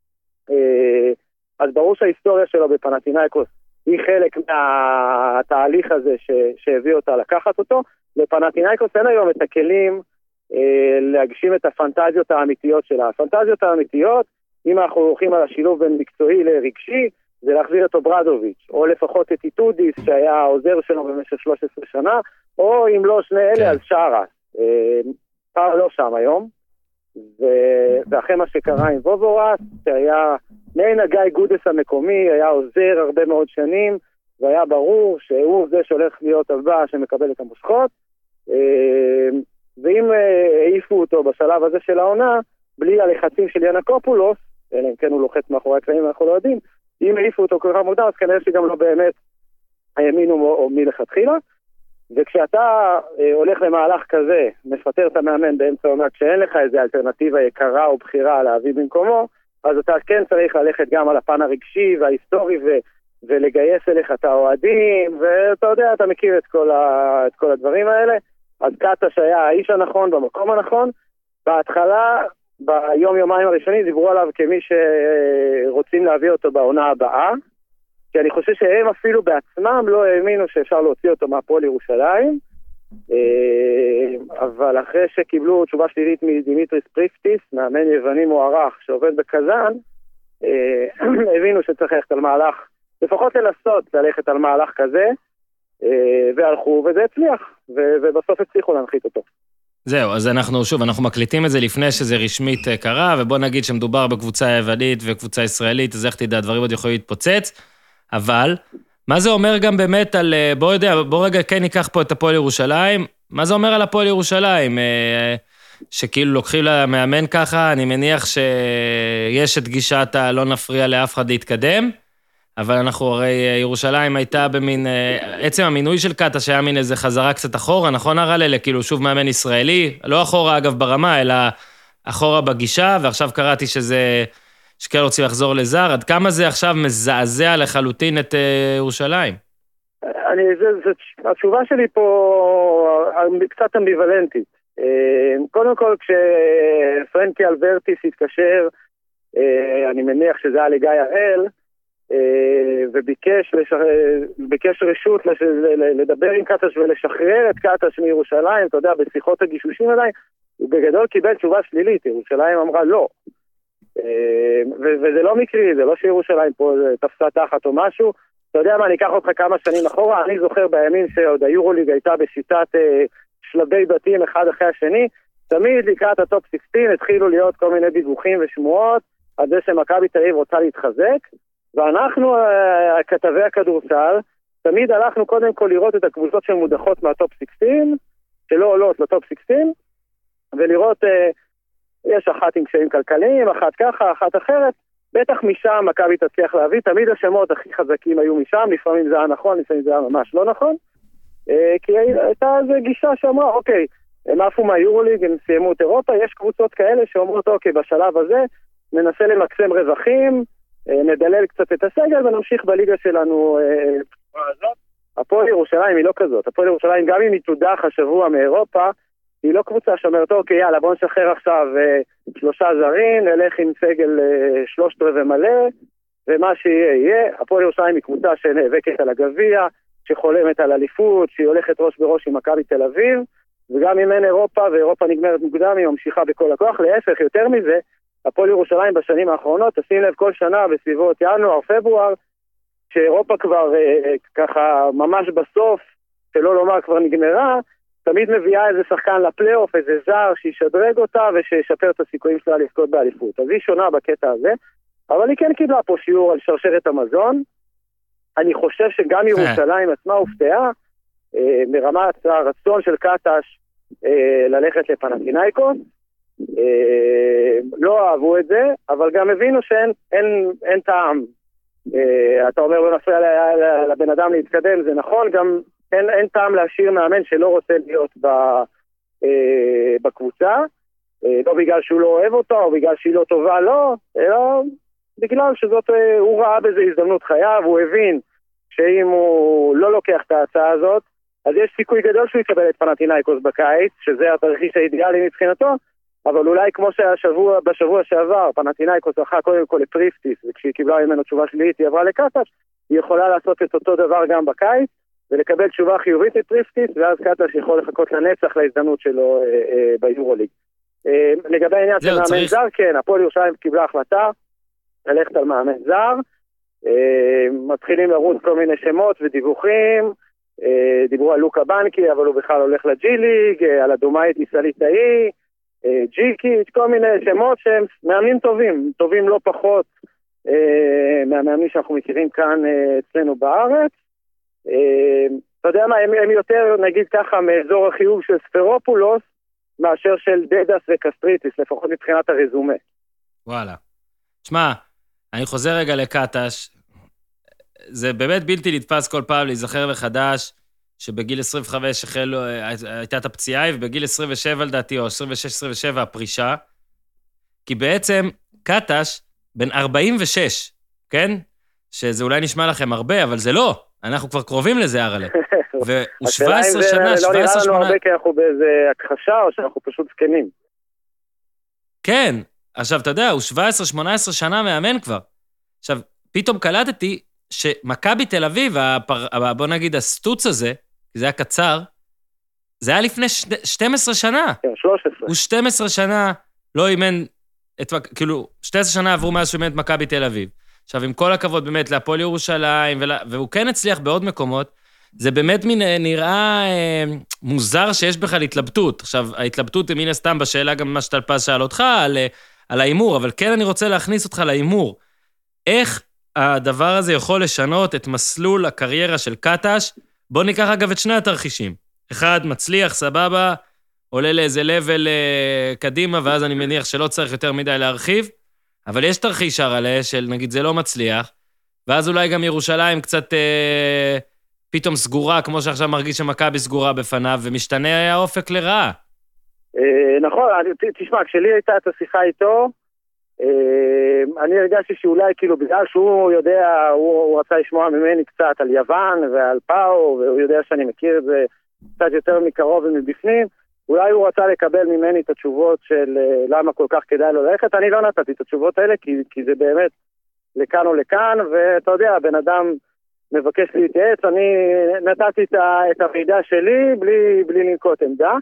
אז ברור שההיסטוריה שלו בפנתינייקוס היא חלק מהתהליך הזה ש... שהביא אותה לקחת אותו. לפנתינייקוס אין היום את הכלים אה, להגשים את הפנטזיות האמיתיות שלה. הפנטזיות האמיתיות, אם אנחנו הולכים על השילוב בין מקצועי לרגשי, זה להחזיר את אוברדוביץ', או לפחות את איטודיס שהיה העוזר שלו במשך שלוש עשרה שנה, או אם לא שני אלה, אז שרה. אה, פעם לא שם היום. ו... ואחרי מה שקרה עם וובורס, שהיה מעין הגיא גודס המקומי, היה עוזר הרבה מאוד שנים, והיה ברור שהוא זה שהולך להיות הבא שמקבל את המושכות, ואם העיפו אותו בשלב הזה של העונה, בלי הלחצים של ינקופולוס, אלא אם כן הוא לוחץ מאחורי הקלעים, אנחנו לא יודעים, אם העיפו אותו כל כך מוקדם, אז כנראה שגם לא באמת האמינו מלכתחילה. וכשאתה אה, הולך למהלך כזה, מפטר את המאמן באמצע עונה, כשאין לך איזו אלטרנטיבה יקרה או בחירה להביא במקומו, אז אתה כן צריך ללכת גם על הפן הרגשי וההיסטורי ו- ולגייס אליך את האוהדים, ואתה יודע, אתה מכיר את כל, ה- את כל הדברים האלה. אז קטש היה האיש הנכון במקום הנכון. בהתחלה, ביום יומיים הראשונים, דיברו עליו כמי שרוצים להביא אותו בעונה הבאה, כי אני חושב שהם אפילו בעצמם לא האמינו שאפשר להוציא אותו מהפועל ירושלים, אבל אחרי שקיבלו תשובה שלילית מדימיטריס פריפטיס, מאמן יווני מוערך שעובד בקזן, הבינו שצריך ללכת על מהלך, לפחות לנסות ללכת על מהלך כזה, והלכו וזה הצליח, ובסוף הצליחו להנחית אותו. זהו, אז אנחנו, שוב, אנחנו מקליטים את זה לפני שזה רשמית קרה, ובוא נגיד שמדובר בקבוצה יוונית וקבוצה ישראלית, אז איך תדע, הדברים עוד יכולים להתפוצץ, אבל מה זה אומר גם באמת על, בוא יודע, בוא רגע כן ניקח פה את הפועל ירושלים, מה זה אומר על הפועל ירושלים? שכאילו לוקחים למאמן ככה, אני מניח שיש את גישת הלא נפריע לאף אחד להתקדם, אבל אנחנו הרי, ירושלים הייתה במין, עצם המינוי של קטש שהיה מין איזה חזרה קצת אחורה, נכון הרלל? כאילו שוב מאמן ישראלי, לא אחורה אגב ברמה, אלא אחורה בגישה, ועכשיו קראתי שזה, שכאלה רוצים לחזור לזר, עד כמה זה עכשיו מזעזע לחלוטין את ירושלים? אני, זה, זה, התשובה שלי פה קצת אמביוולנטית. קודם כל, כשפרנקי אלברטיס התקשר, אני מניח שזה היה לגיא הראל, וביקש ביקש רשות לדבר עם קטש ולשחרר את קטש מירושלים, אתה יודע, בשיחות הגישושים עליי, הוא בגדול קיבל תשובה שלילית, ירושלים אמרה לא. וזה לא מקרי, זה לא שירושלים פה תפסה תחת או משהו. אתה יודע מה, אני אקח אותך כמה שנים אחורה, אני זוכר בימים שעוד היורוליג הייתה בשיטת שלבי בתים אחד אחרי השני, תמיד לקראת הטופ שש עשרה התחילו להיות כל מיני דיווחים ושמועות, עד זה שמכבי תל אביב רוצה להתחזק, ואנחנו, כתבי הכדורסל, תמיד הלכנו קודם כל לראות את הקבוצות שמודחות מהטופ שש עשרה, שלא עולות לטופ שש עשרה, ולראות, יש אחת עם קשיים כלכליים, אחת ככה, אחת אחרת, בטח משם מכבי תצליח להביא, תמיד השמות הכי חזקים היו משם, לפעמים זה היה נכון, לפעמים זה היה ממש לא נכון, כי הייתה איזו גישה שאמרה, אוקיי, הם עפו מהיורוליג, הם סיימו את אירופה, יש קבוצות כאלה שאומרות, אוקיי, בשלב הזה ננסה למקסם רווחים, נדלל קצת את הסגל ונמשיך בליגה שלנו. הפועל ירושלים היא לא כזאת, הפועל ירושלים גם אם היא תודח השבוע מאירופה, היא לא קבוצה שאומרת, אוקיי, יאללה, בוא נשחרר עכשיו שלושה זרים, נלך עם סגל שלושת רבעי מלא, ומה שיהיה יהיה. הפועל ירושלים היא קבוצה שנאבקת על הגביע, שחולמת על אליפות, שהיא הולכת ראש בראש עם מכבי תל אביב, וגם אם אין אירופה, ואירופה נגמרת מוקדם, היא ממשיכה בכל הכוח. להפך, יותר מזה, הפועל ירושלים בשנים האחרונות, תשים לב כל שנה בסביבות ינואר, פברואר, שאירופה כבר אה, ככה ממש בסוף, שלא לומר כבר נגמרה, תמיד מביאה איזה שחקן לפלייאוף, איזה זר שישדרג אותה ושישפר את הסיכויים שלה לזכות באליפות. אז היא שונה בקטע הזה, אבל היא כן קיבלה פה שיעור על שרשרת המזון. אני חושב שגם ירושלים עצמה הופתעה, אה, מרמת הרצון של קטש אה, ללכת לפנתינייקוס, אה, לא אהבו את זה, אבל גם הבינו שאין אין, אין טעם. אה, אתה אומר לא נפריע לבן אדם להתקדם, זה נכון, גם אין, אין טעם להשאיר מאמן שלא רוצה להיות ב, אה, בקבוצה, אה, לא בגלל שהוא לא אוהב אותו, או בגלל שהיא לא טובה, לא, אלא בגלל שזאת, אה, הוא ראה בזה הזדמנות חייו, הוא הבין שאם הוא לא לוקח את ההצעה הזאת, אז יש סיכוי גדול שהוא יקבל את פנתינייקוס בקיץ, שזה התרחיש האידיאלי מבחינתו, אבל אולי כמו שהשבוע, בשבוע שעבר, פנתינייקוס הלכה קודם כל לפריפטיס, וכשהיא קיבלה ממנו תשובה שלילית, היא עברה לקטש, היא יכולה לעשות את אותו דבר גם בקיץ, ולקבל תשובה חיובית לפריפטיס, ואז קטש יכול לחכות לנצח להזדמנות שלו אה, אה, ביורוליג. אה, לגבי העניין של מאמן צריך... זר, כן, הפועל ירושלים קיבלה החלטה, ללכת על מאמן זר, אה, מתחילים לרוץ כל מיני שמות ודיווחים, אה, דיברו על לוקה בנקי, אבל הוא בכלל הולך לג'י ליג, אה, על הדומאית ישראליטאי, ג'יקי, כל מיני שמות שהם מאמנים טובים, טובים לא פחות אה, מהמאמנים שאנחנו מכירים כאן אה, אצלנו בארץ. אה, אתה יודע מה, הם, הם יותר, נגיד ככה, מאזור החיוב של ספרופולוס, מאשר של דדס וקסטריטיס, לפחות מבחינת הרזומה. וואלה. תשמע, אני חוזר רגע לקטש, זה באמת בלתי נתפס כל פעם להיזכר מחדש, שבגיל עשרים וחמש החלו, הייתה את הפציעה, ובגיל עשרים ושבע לדעתי, או עשרים ושש עשרים ושבע הפרישה, כי בעצם קטש בן ארבעים ושש, כן? שזה אולי נשמע לכם הרבה, אבל זה לא, אנחנו כבר קרובים לזה, ארלה. והוא שבע עשרה שנה, שבע עשרה לא נראה לנו שמונה... הרבה כי אנחנו באיזה הכחשה, או שאנחנו פשוט זקנים. כן, עכשיו אתה יודע, הוא שבע עשרה שמונה עשרה שנה מאמן כבר. עכשיו, פתאום קלטתי שמכבי תל אביב, הפר... בוא נגיד הסטוץ הזה, כי זה היה קצר, זה היה לפני שתים עשרה שנה. כן, שלוש עשרה. הוא שתים עשרה שנה לא אימן, את, כאילו, שתים עשרה שנה עברו מאז שהוא אימן את מכבי תל אביב. עכשיו, עם כל הכבוד באמת להפועל ירושלים, ולה, והוא כן הצליח בעוד מקומות, זה באמת מין, נראה אה, מוזר שיש בכלל התלבטות. עכשיו, ההתלבטות היא מן הסתם בשאלה גם מה שטלפז שאל אותך, על, על האימור, אבל כן אני רוצה להכניס אותך לאימור. איך הדבר הזה יכול לשנות את מסלול הקריירה של קטש? בוא ניקח אגב את שני התרחישים. אחד, מצליח, סבבה, עולה לאיזה לבל אה, קדימה, ואז אני מניח שלא צריך יותר מדי להרחיב, אבל יש תרחיש הרעלה של, נגיד, זה לא מצליח, ואז אולי גם ירושלים קצת אה, פתאום סגורה, כמו שעכשיו מרגיש שמכבי סגורה בפניו, ומשתנה האופק לרעה. אה, נכון, תשמע, כשלי הייתה את השיחה איתו, אני הרגשתי שאולי כאילו בגלל שהוא יודע, הוא, הוא רצה לשמוע ממני קצת על יוון ועל פאו, והוא יודע שאני מכיר את זה קצת יותר מקרוב ומבפנים, אולי הוא רצה לקבל ממני את התשובות של למה כל כך כדאי לו ללכת. אני לא נתתי את התשובות האלה, כי, כי זה באמת לכאן או לכאן, ואתה יודע, הבן אדם מבקש להתייעץ, אני נתתי את, ה, את המידע שלי בלי, בלי לנקוט עמדה.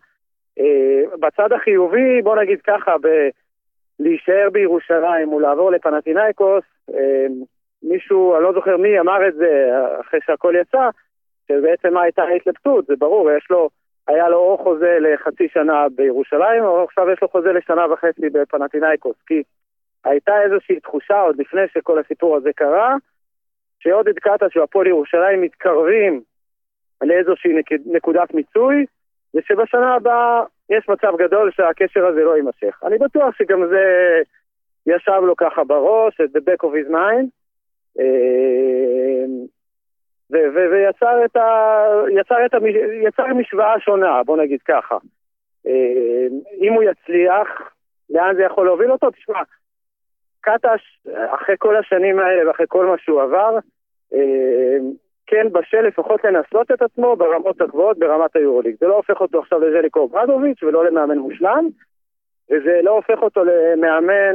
בצד החיובי, בוא נגיד ככה, ב... להישאר בירושלים ולעבור לפנתינייקוס, מישהו, אני לא זוכר מי אמר את זה אחרי שהכל יצא, שבעצם מה הייתה ההתלבטות, זה ברור, יש לו, היה לו או חוזה לחצי שנה בירושלים, או עכשיו יש לו חוזה לשנה וחצי בפנתינייקוס, כי הייתה איזושהי תחושה עוד לפני שכל הסיפור הזה קרה, שעודד קטש והפועל ירושלים מתקרבים לאיזושהי נקודת מיצוי, ושבשנה הבאה יש מצב גדול שהקשר הזה לא יימשך. אני בטוח שגם זה ישב לו ככה בראש, את the back of his mind, ויצר את ה... יצר את ה... יצר משוואה שונה, בוא נגיד ככה. אם הוא יצליח, לאן זה יכול להוביל אותו? תשמע, קטש, אחרי כל השנים האלה ואחרי כל מה שהוא עבר, כן בשל לפחות לנסות את עצמו ברמות הגבוהות, ברמת היורוליג. זה לא הופך אותו עכשיו לז'ליקו אוברדוביץ' ולא למאמן מושלם, וזה לא הופך אותו למאמן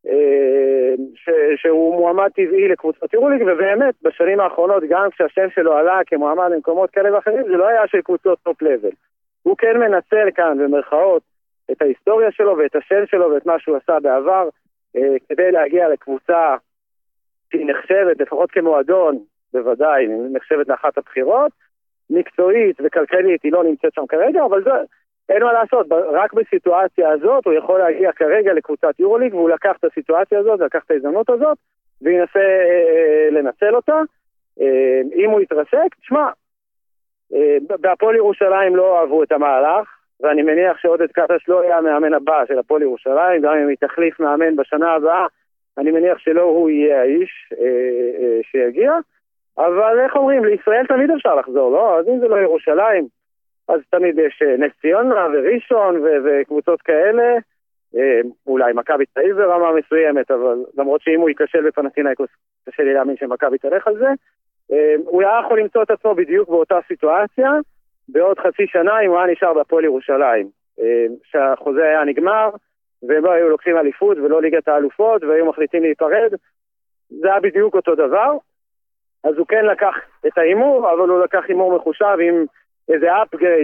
ש- שהוא מועמד טבעי לקבוצת יורוליג, ובאמת בשנים האחרונות גם כשהשם שלו עלה כמועמד למקומות כאלה ואחרים, זה לא היה של קבוצות טופ לבל. הוא כן מנצל כאן במרכאות את ההיסטוריה שלו ואת השם שלו ואת מה שהוא עשה בעבר, כדי להגיע לקבוצה שהיא נחשבת, לפחות כמועדון, בוודאי, נחשבת לאחת הבחירות, מקצועית וכלכלית היא לא נמצאת שם כרגע, אבל זה, אין מה לעשות, רק בסיטואציה הזאת הוא יכול להגיע כרגע לקבוצת יורוליג, והוא לקח את הסיטואציה הזאת, לקח את ההזדמנות הזאת, וינסה אה, לנצל אותה. אה, אם הוא יתרסק, תשמע, אה, בהפועל ירושלים לא אהבו את המהלך, ואני מניח שעודד קטש לא יהיה המאמן הבא של הפועל ירושלים, גם אם היא תחליף מאמן בשנה הבאה, אני מניח שלא הוא יהיה האיש אה, אה, שיגיע, אבל איך אומרים, לישראל תמיד אפשר לחזור, לא? אז אם זה לא ירושלים, אז תמיד יש נס ציונה וראשון ו- וקבוצות כאלה, אה, אולי מכבי תל אביב ברמה מסוימת, אבל למרות שאם הוא ייכשל בפנתינייקוס, קשה לי להאמין שמכבי תלך על זה, אה, הוא היה יכול למצוא את עצמו בדיוק באותה סיטואציה, בעוד חצי שנה אם הוא היה נשאר בהפועל ירושלים, אה, שהחוזה היה נגמר, והם לא היו לוקחים אליפות ולא ליגת האלופות, והיו מחליטים להיפרד, זה היה בדיוק אותו דבר, אז הוא כן לקח את האימור, אבל הוא לקח אימור מחושב עם איזה אפגרייד,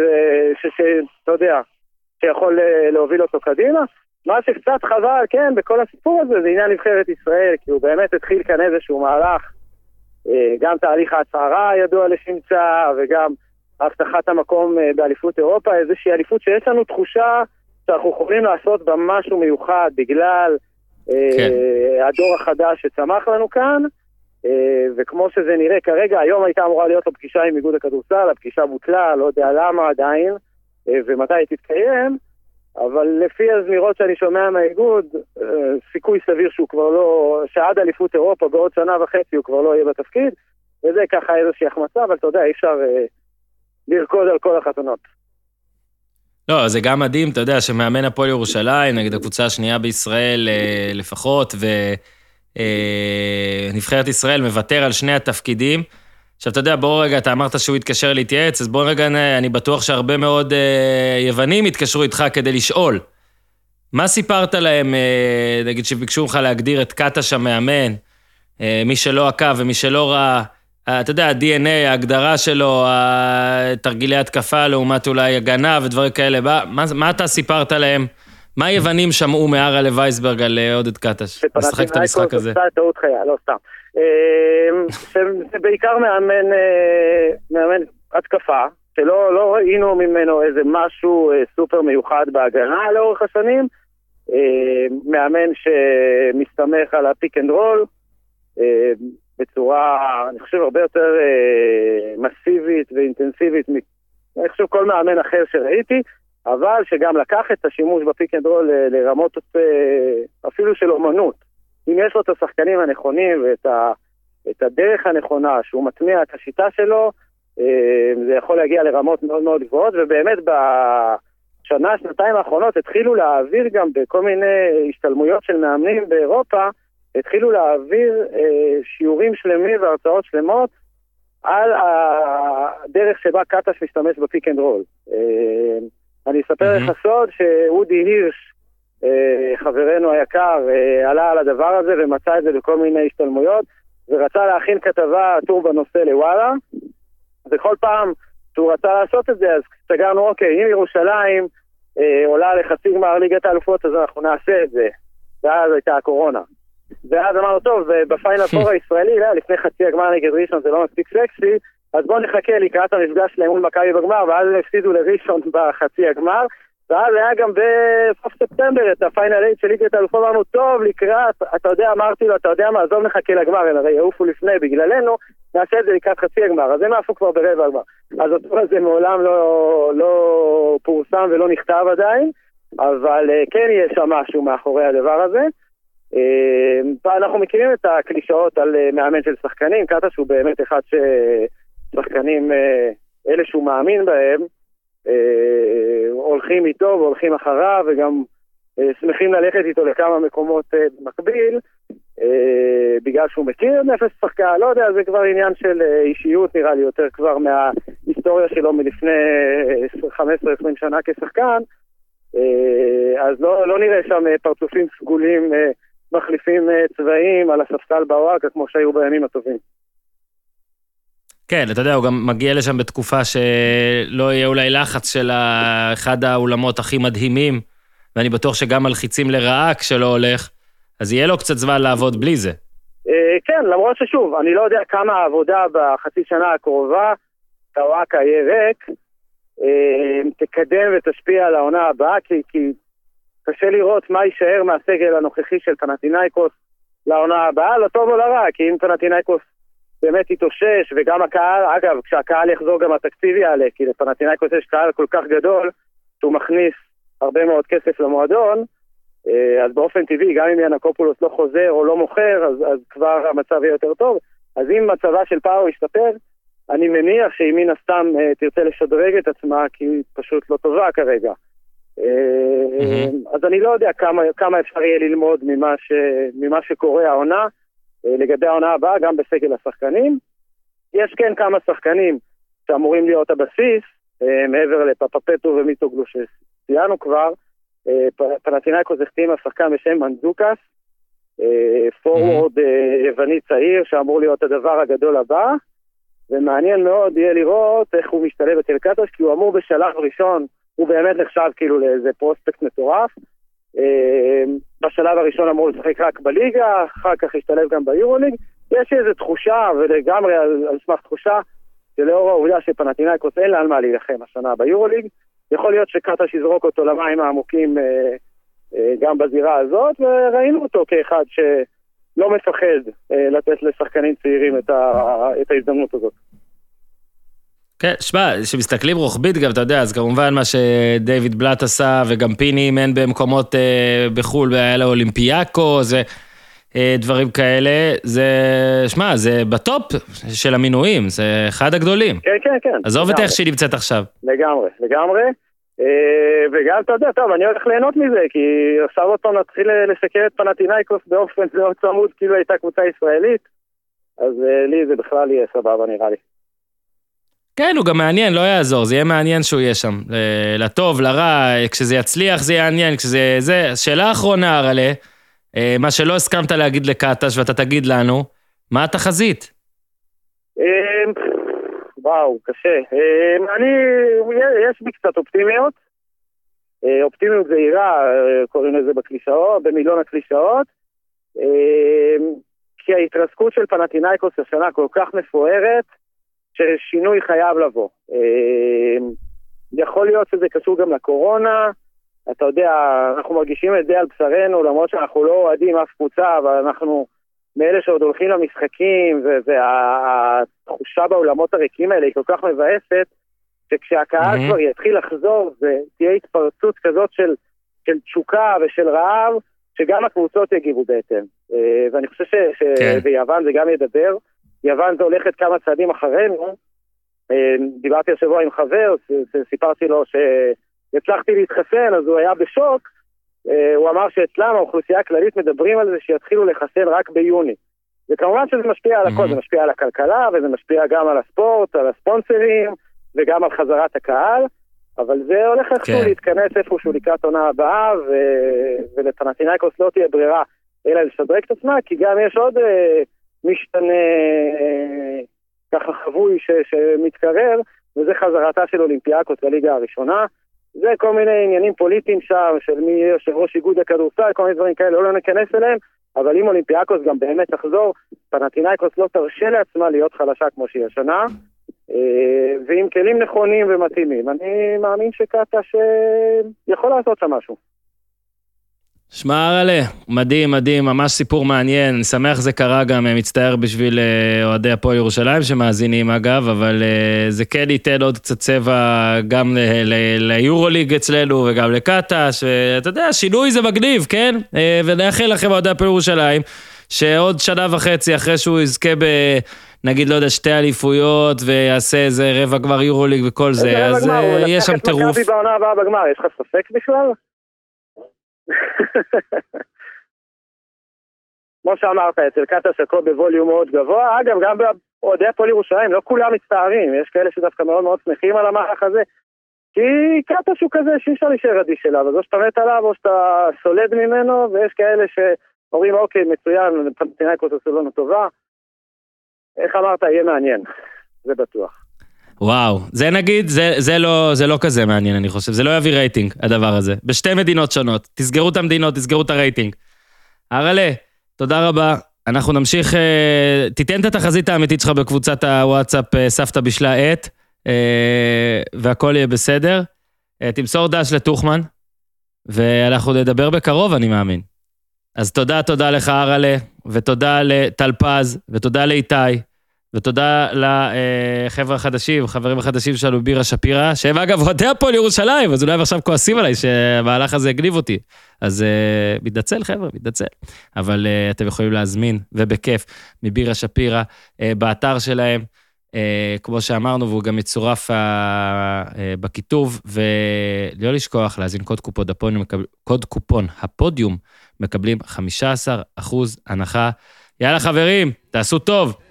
שאתה יודע, שיכול להוביל אותו קדימה. מה שקצת חבל, כן, בכל הסיפור הזה, זה עניין נבחרת ישראל, כי הוא באמת התחיל כאן איזשהו מהלך, גם תהליך ההצהרה ידוע לשמצה, וגם הבטחת המקום באליפות אירופה, איזושהי אליפות שיש לנו תחושה שאנחנו יכולים לעשות בה משהו מיוחד, בגלל כן. הדור החדש שצמח לנו כאן, וכמו שזה נראה כרגע, היום הייתה אמורה להיות לו פגישה עם איגוד הכדורסל, הפגישה בוטלה, לא יודע למה עדיין, ומתי היא תתקיים, אבל לפי הזמירות שאני שומע מהאיגוד, סיכוי סביר שהוא כבר לא, שעד אליפות אירופה בעוד שנה וחצי הוא כבר לא יהיה בתפקיד, וזה ככה איזושהי החמצה, אבל אתה יודע, אי אפשר לרקוד על כל החתונות. לא, זה גם מדהים, אתה יודע, שמאמן הפועל ירושלים, נגד הקבוצה השנייה בישראל לפחות, ו... נבחרת ישראל מוותר על שני התפקידים. עכשיו, אתה יודע, בוא רגע, אתה אמרת שהוא יתקשר להתייעץ, אז בוא רגע, אני בטוח שהרבה מאוד יוונים יתקשרו איתך כדי לשאול. מה סיפרת להם, נגיד שביקשו לך להגדיר את קטש המאמן, מי שלא עקב ומי שלא ראה, אתה יודע, ה-די אן איי, ההגדרה שלו, תרגילי התקפה לעומת אולי הגנה ודברים כאלה, מה, מה אתה סיפרת להם? מה היוונים שמעו מהרה לווייסברג על עודד קטש? לשחק את המשחק הזה. זה טעות חיה, לא סתם. זה בעיקר מאמן התקפה, שלא לא ראינו ממנו איזה משהו סופר מיוחד בהגנה לאורך השנים, מאמן שמסתמך על הפיק אנד רול, בצורה, אני חושב, הרבה יותר מסיבית ואינטנסיבית, אני חושב כל מאמן אחר שראיתי, אבל שגם לקח את השימוש בפיק אנד רול לרמות אפילו של אומנות. אם יש לו את השחקנים הנכונים ואת ה, את הדרך הנכונה, שהוא מטמיע את השיטה שלו, זה יכול להגיע לרמות מאוד מאוד גבוהות, ובאמת בשנה, שנתיים האחרונות התחילו להעביר גם בכל מיני השתלמויות של מאמנים באירופה, התחילו להעביר שיעורים שלמים והרצאות שלמות על הדרך שבה קטש משתמש בפיק אנד רול. אני אספר לך סוד שאודי הירש, חברנו היקר, עלה על הדבר הזה ומצא את זה בכל מיני השתלמויות, ורצה להכין כתבה טור בנושא לוואלה, וכל פעם שהוא רצה לעשות את זה, אז סגרנו, אוקיי, אם ירושלים עולה לחצי גמר ליגת האלופות, אז אנחנו נעשה את זה. ואז הייתה הקורונה. ואז אמרנו, טוב, בפיינל פור הישראלי, לפני חצי הגמר נגד ראשון, זה לא מספיק סקסי, אז בואו נחכה לקראת המפגש להם מול מכבי בגמר, ואז הם הפסידו לראשון בחצי הגמר, ואז היה גם בסוף ספטמבר את הפיינל אייט של ליגת האלופות, אמרנו, טוב, לקראת, אתה יודע, אמרתי לו, אתה יודע מה, עזוב נחכה לגמר, הרי יעופו לפני, בגללנו, נעשה את זה לקראת חצי הגמר, אז הם עפו כבר ברבע הגמר. אז הטור הזה מעולם לא, לא פורסם ולא נכתב עדיין, אבל כן יש שם משהו מאחורי הדבר הזה. אנחנו מכירים את הקלישאות על מאמן של שחקנים, קטש הוא באמת אחד ששחקנים, אלה שהוא מאמין בהם, הולכים איתו והולכים אחריו, וגם שמחים ללכת איתו לכמה מקומות במקביל, בגלל שהוא מכיר נפש שחקן, לא יודע, זה כבר עניין של אישיות, נראה לי יותר כבר מההיסטוריה שלו מלפני חמש עשרה עשרים שנה כשחקן, אז לא, לא נראה שם פרצופים סגולים מחליפים צבעים על הספסל באוהקה, כמו שהיו בימים הטובים. כן, אתה יודע, הוא גם מגיע לשם בתקופה שלא יהיה אולי לחץ של אחד האולמות הכי מדהימים, ואני בטוח שגם מלחיצים לרעה כשלא הולך, אז יהיה לו קצת זמן לעבוד בלי זה. כן, למרות ששוב, אני לא יודע כמה העבודה בחצי שנה הקרובה, האוהקה יהיה ריק, תקדם ותשפיע על העונה הבאה, כי, כי קשה לראות מה יישאר מהסגל הנוכחי של פנתינייקוס לעונה הבאה, לטוב או לרע, כי אם פנתינייקוס באמת יתאושש, וגם הקהל, אגב, כשהקהל יחזור גם התקציב יעלה, כי לפנתינייקוס יש קהל כל כך גדול, שהוא מכניס הרבה מאוד כסף למועדון, אז באופן טבעי, גם אם ינקופולוס לא חוזר או לא מוכר, אז, אז כבר המצב יהיה יותר טוב. אז אם מצבה של פאו ישתפר, אני מניח שאם מן הסתם תרצה לשדרג את עצמה, כי היא פשוט לא טובה כרגע. Mm-hmm. אז אני לא יודע כמה, כמה אפשר יהיה ללמוד ממה, ש, ממה שקורה העונה, לגבי העונה הבאה, גם בסגל השחקנים. יש כן כמה שחקנים שאמורים להיות הבסיס, מעבר לפפפטו ומיטוגלו שציינו כבר, פנתינייקוס החתים השחקן בשם מנדוקס, פורוורד יווני צעיר שאמור להיות הדבר הגדול הבא, ומעניין מאוד יהיה לראות איך הוא משתלב אצל קטש, כי הוא אמור בשלב ראשון, הוא באמת נחשב כאילו לאיזה פרוספקט מטורף, בשלב הראשון אמור לשחק רק בליגה, אחר כך ישתלב גם ביורוליג, יש איזו תחושה, ולגמרי על, על סמך תחושה, שלאור העובדה שפנתינייקוס אין לה על מה להילחם השנה ביורוליג, יכול להיות שקטש יזרוק אותו למים העמוקים אה, אה, גם בזירה הזאת, וראינו אותו כאחד שלא מפחד אה, לתת לשחקנים צעירים את, ה, את ההזדמנות הזאת. כן, שמה, שמסתכלים רוחבית גם, אתה יודע, אז כמובן מה שדייוויד בלאט עשה, וגם פיני אימן במקומות אה, בחול, והיה לו אולימפיאקו, זה אה, דברים כאלה, זה, שמה, זה בטופ של המינויים, זה אחד הגדולים. כן, כן, כן. עזוב את איך שהיא נמצאת עכשיו. לגמרי, לגמרי. אה, וגם, אתה יודע, טוב, אני הולך ליהנות מזה, כי עכשיו עוד פעם נתחיל לסקר את פנתינייקוס באופן מאוד צמוד, כאילו הייתה קבוצה ישראלית, אז אה, לי זה בכלל יהיה סבבה, נראה לי. כן, הוא גם מעניין, לא יעזור, זה יהיה מעניין שהוא יהיה שם, לטוב, לרע, כשזה יצליח זה יעניין, כשזה, זה, שאלה האחרונה, הרלה, מה שלא הסכמת להגיד לקטש, ואתה תגיד לנו, מה התחזית? וואו, קשה. אני, יש בי קצת אופטימיות, אופטימיות זהירה, קוראים לזה בקלישאות, במילון הקלישאות, כי ההתרסקות של פנתינייקוס השנה כל כך מפוארת, ששינוי חייב לבוא. יכול להיות שזה קשור גם לקורונה, אתה יודע, אנחנו מרגישים את זה על בשרנו, למרות שאנחנו לא אוהדים אף קבוצה, אבל אנחנו מאלה שעוד הולכים למשחקים, והתחושה באולמות הריקים האלה היא כל כך מבאסת, שכשהקהל mm-hmm. כבר יתחיל לחזור, ותהיה התפרצות כזאת של, של תשוקה ושל רעב, שגם הקבוצות יגיבו בעצם. ואני חושב שביוון זה גם ידבר, יוון זה הולכת כמה צעדים אחרינו, דיברתי השבוע עם חבר, סיפרתי לו שהצלחתי להתחסן, אז הוא היה בשוק, הוא אמר שאצלם האוכלוסייה הכללית מדברים על זה שיתחילו לחסן רק ביוני. וכמובן שזה משפיע על הכל, זה משפיע על הכלכלה, וזה משפיע גם על הספורט, על הספונסרים, וגם על חזרת הקהל, אבל זה הולך איכשהו להתכנס איפשהו לקראת עונה הבאה, ולפנתינייקוס לא תהיה ברירה, אלא לשדרג את עצמה, כי גם יש עוד משתנה ככה חבוי שמתקרר, וזה חזרתה של אולימפיאקוס בליגה הראשונה. זה כל מיני עניינים פוליטיים שם, של מי יושב ראש איגוד הכדורסל, כל מיני דברים כאלה, לא ניכנס אליהם, אבל אם אולימפיאקוס גם באמת תחזור, פנתינייקוס לא תרשה לעצמה להיות חלשה כמו שהיא השנה, ועם כלים נכונים ומתאימים. אני מאמין שקטש יכול לעשות שם משהו. שמע ארלה, מדהים, מדהים, ממש סיפור מעניין, אני שמח זה קרה גם, מצטער בשביל אוהדי הפועל ירושלים שמאזינים אגב, אבל זה כן ייתן עוד קצת צבע גם ליורוליג אצלנו וגם לקטש, ואתה יודע, שינוי זה מגניב, כן? ונאחל לכם אוהדי הפועל ירושלים, שעוד שנה וחצי אחרי שהוא יזכה ב... נגיד, לא יודע, שתי אליפויות, ויעשה איזה רבע גמר יורוליג וכל זה, אז יש שם טירוף. הוא לקח את מכבי בעונה הבאה בגמר, יש לך ספק בכלל? כמו שאמרת, אצל קטש הכל בווליום מאוד גבוה, אגב, גם בעודי הפועל ירושלים, לא כולם מצטערים, יש כאלה שדווקא מאוד מאוד שמחים על המהלך הזה, כי קטש הוא כזה שאי אפשר להישאר אדיש אליו, אז או שאתה מת עליו, או שאתה סולד ממנו, ויש כאלה שאומרים, אוקיי, מצוין, פנתינאיקוס עשו לנו טובה, איך אמרת, יהיה מעניין, זה בטוח. וואו, זה נגיד, זה, זה לא, זה לא כזה מעניין, אני חושב, זה לא יביא רייטינג, הדבר הזה, בשתי מדינות שונות, תסגרו את המדינות, תסגרו את הרייטינג. ארלה, תודה רבה, אנחנו נמשיך, תיתן את התחזית האמיתית שלך בקבוצת הוואטסאפ, סבתא בשלה עת, והכל יהיה בסדר, תמסור דש לתוכמן, ואנחנו נדבר בקרוב, אני מאמין. אז תודה, תודה לך ארלה, ותודה לטלפז, ותודה לאיתי, ותודה לחבר'ה החדשים, חברים החדשים שלנו, בירה שפירה, שהם אגב אוהדי הפועל ירושלים, אז אולי הם עכשיו כועסים עליי שהמהלך הזה הגניב אותי. אז uh, מתנצל חבר'ה, מתנצל. אבל uh, אתם יכולים להזמין, ובכיף, מבירה שפירה, uh, באתר שלהם, uh, כמו שאמרנו, והוא גם מצורף uh, uh, בכיתוב, ולא לשכוח להזין קוד קופון הפודיום, קוד קופון הפודיום, מקבלים חמישה עשר אחוז הנחה. יאללה חברים, תעשו טוב.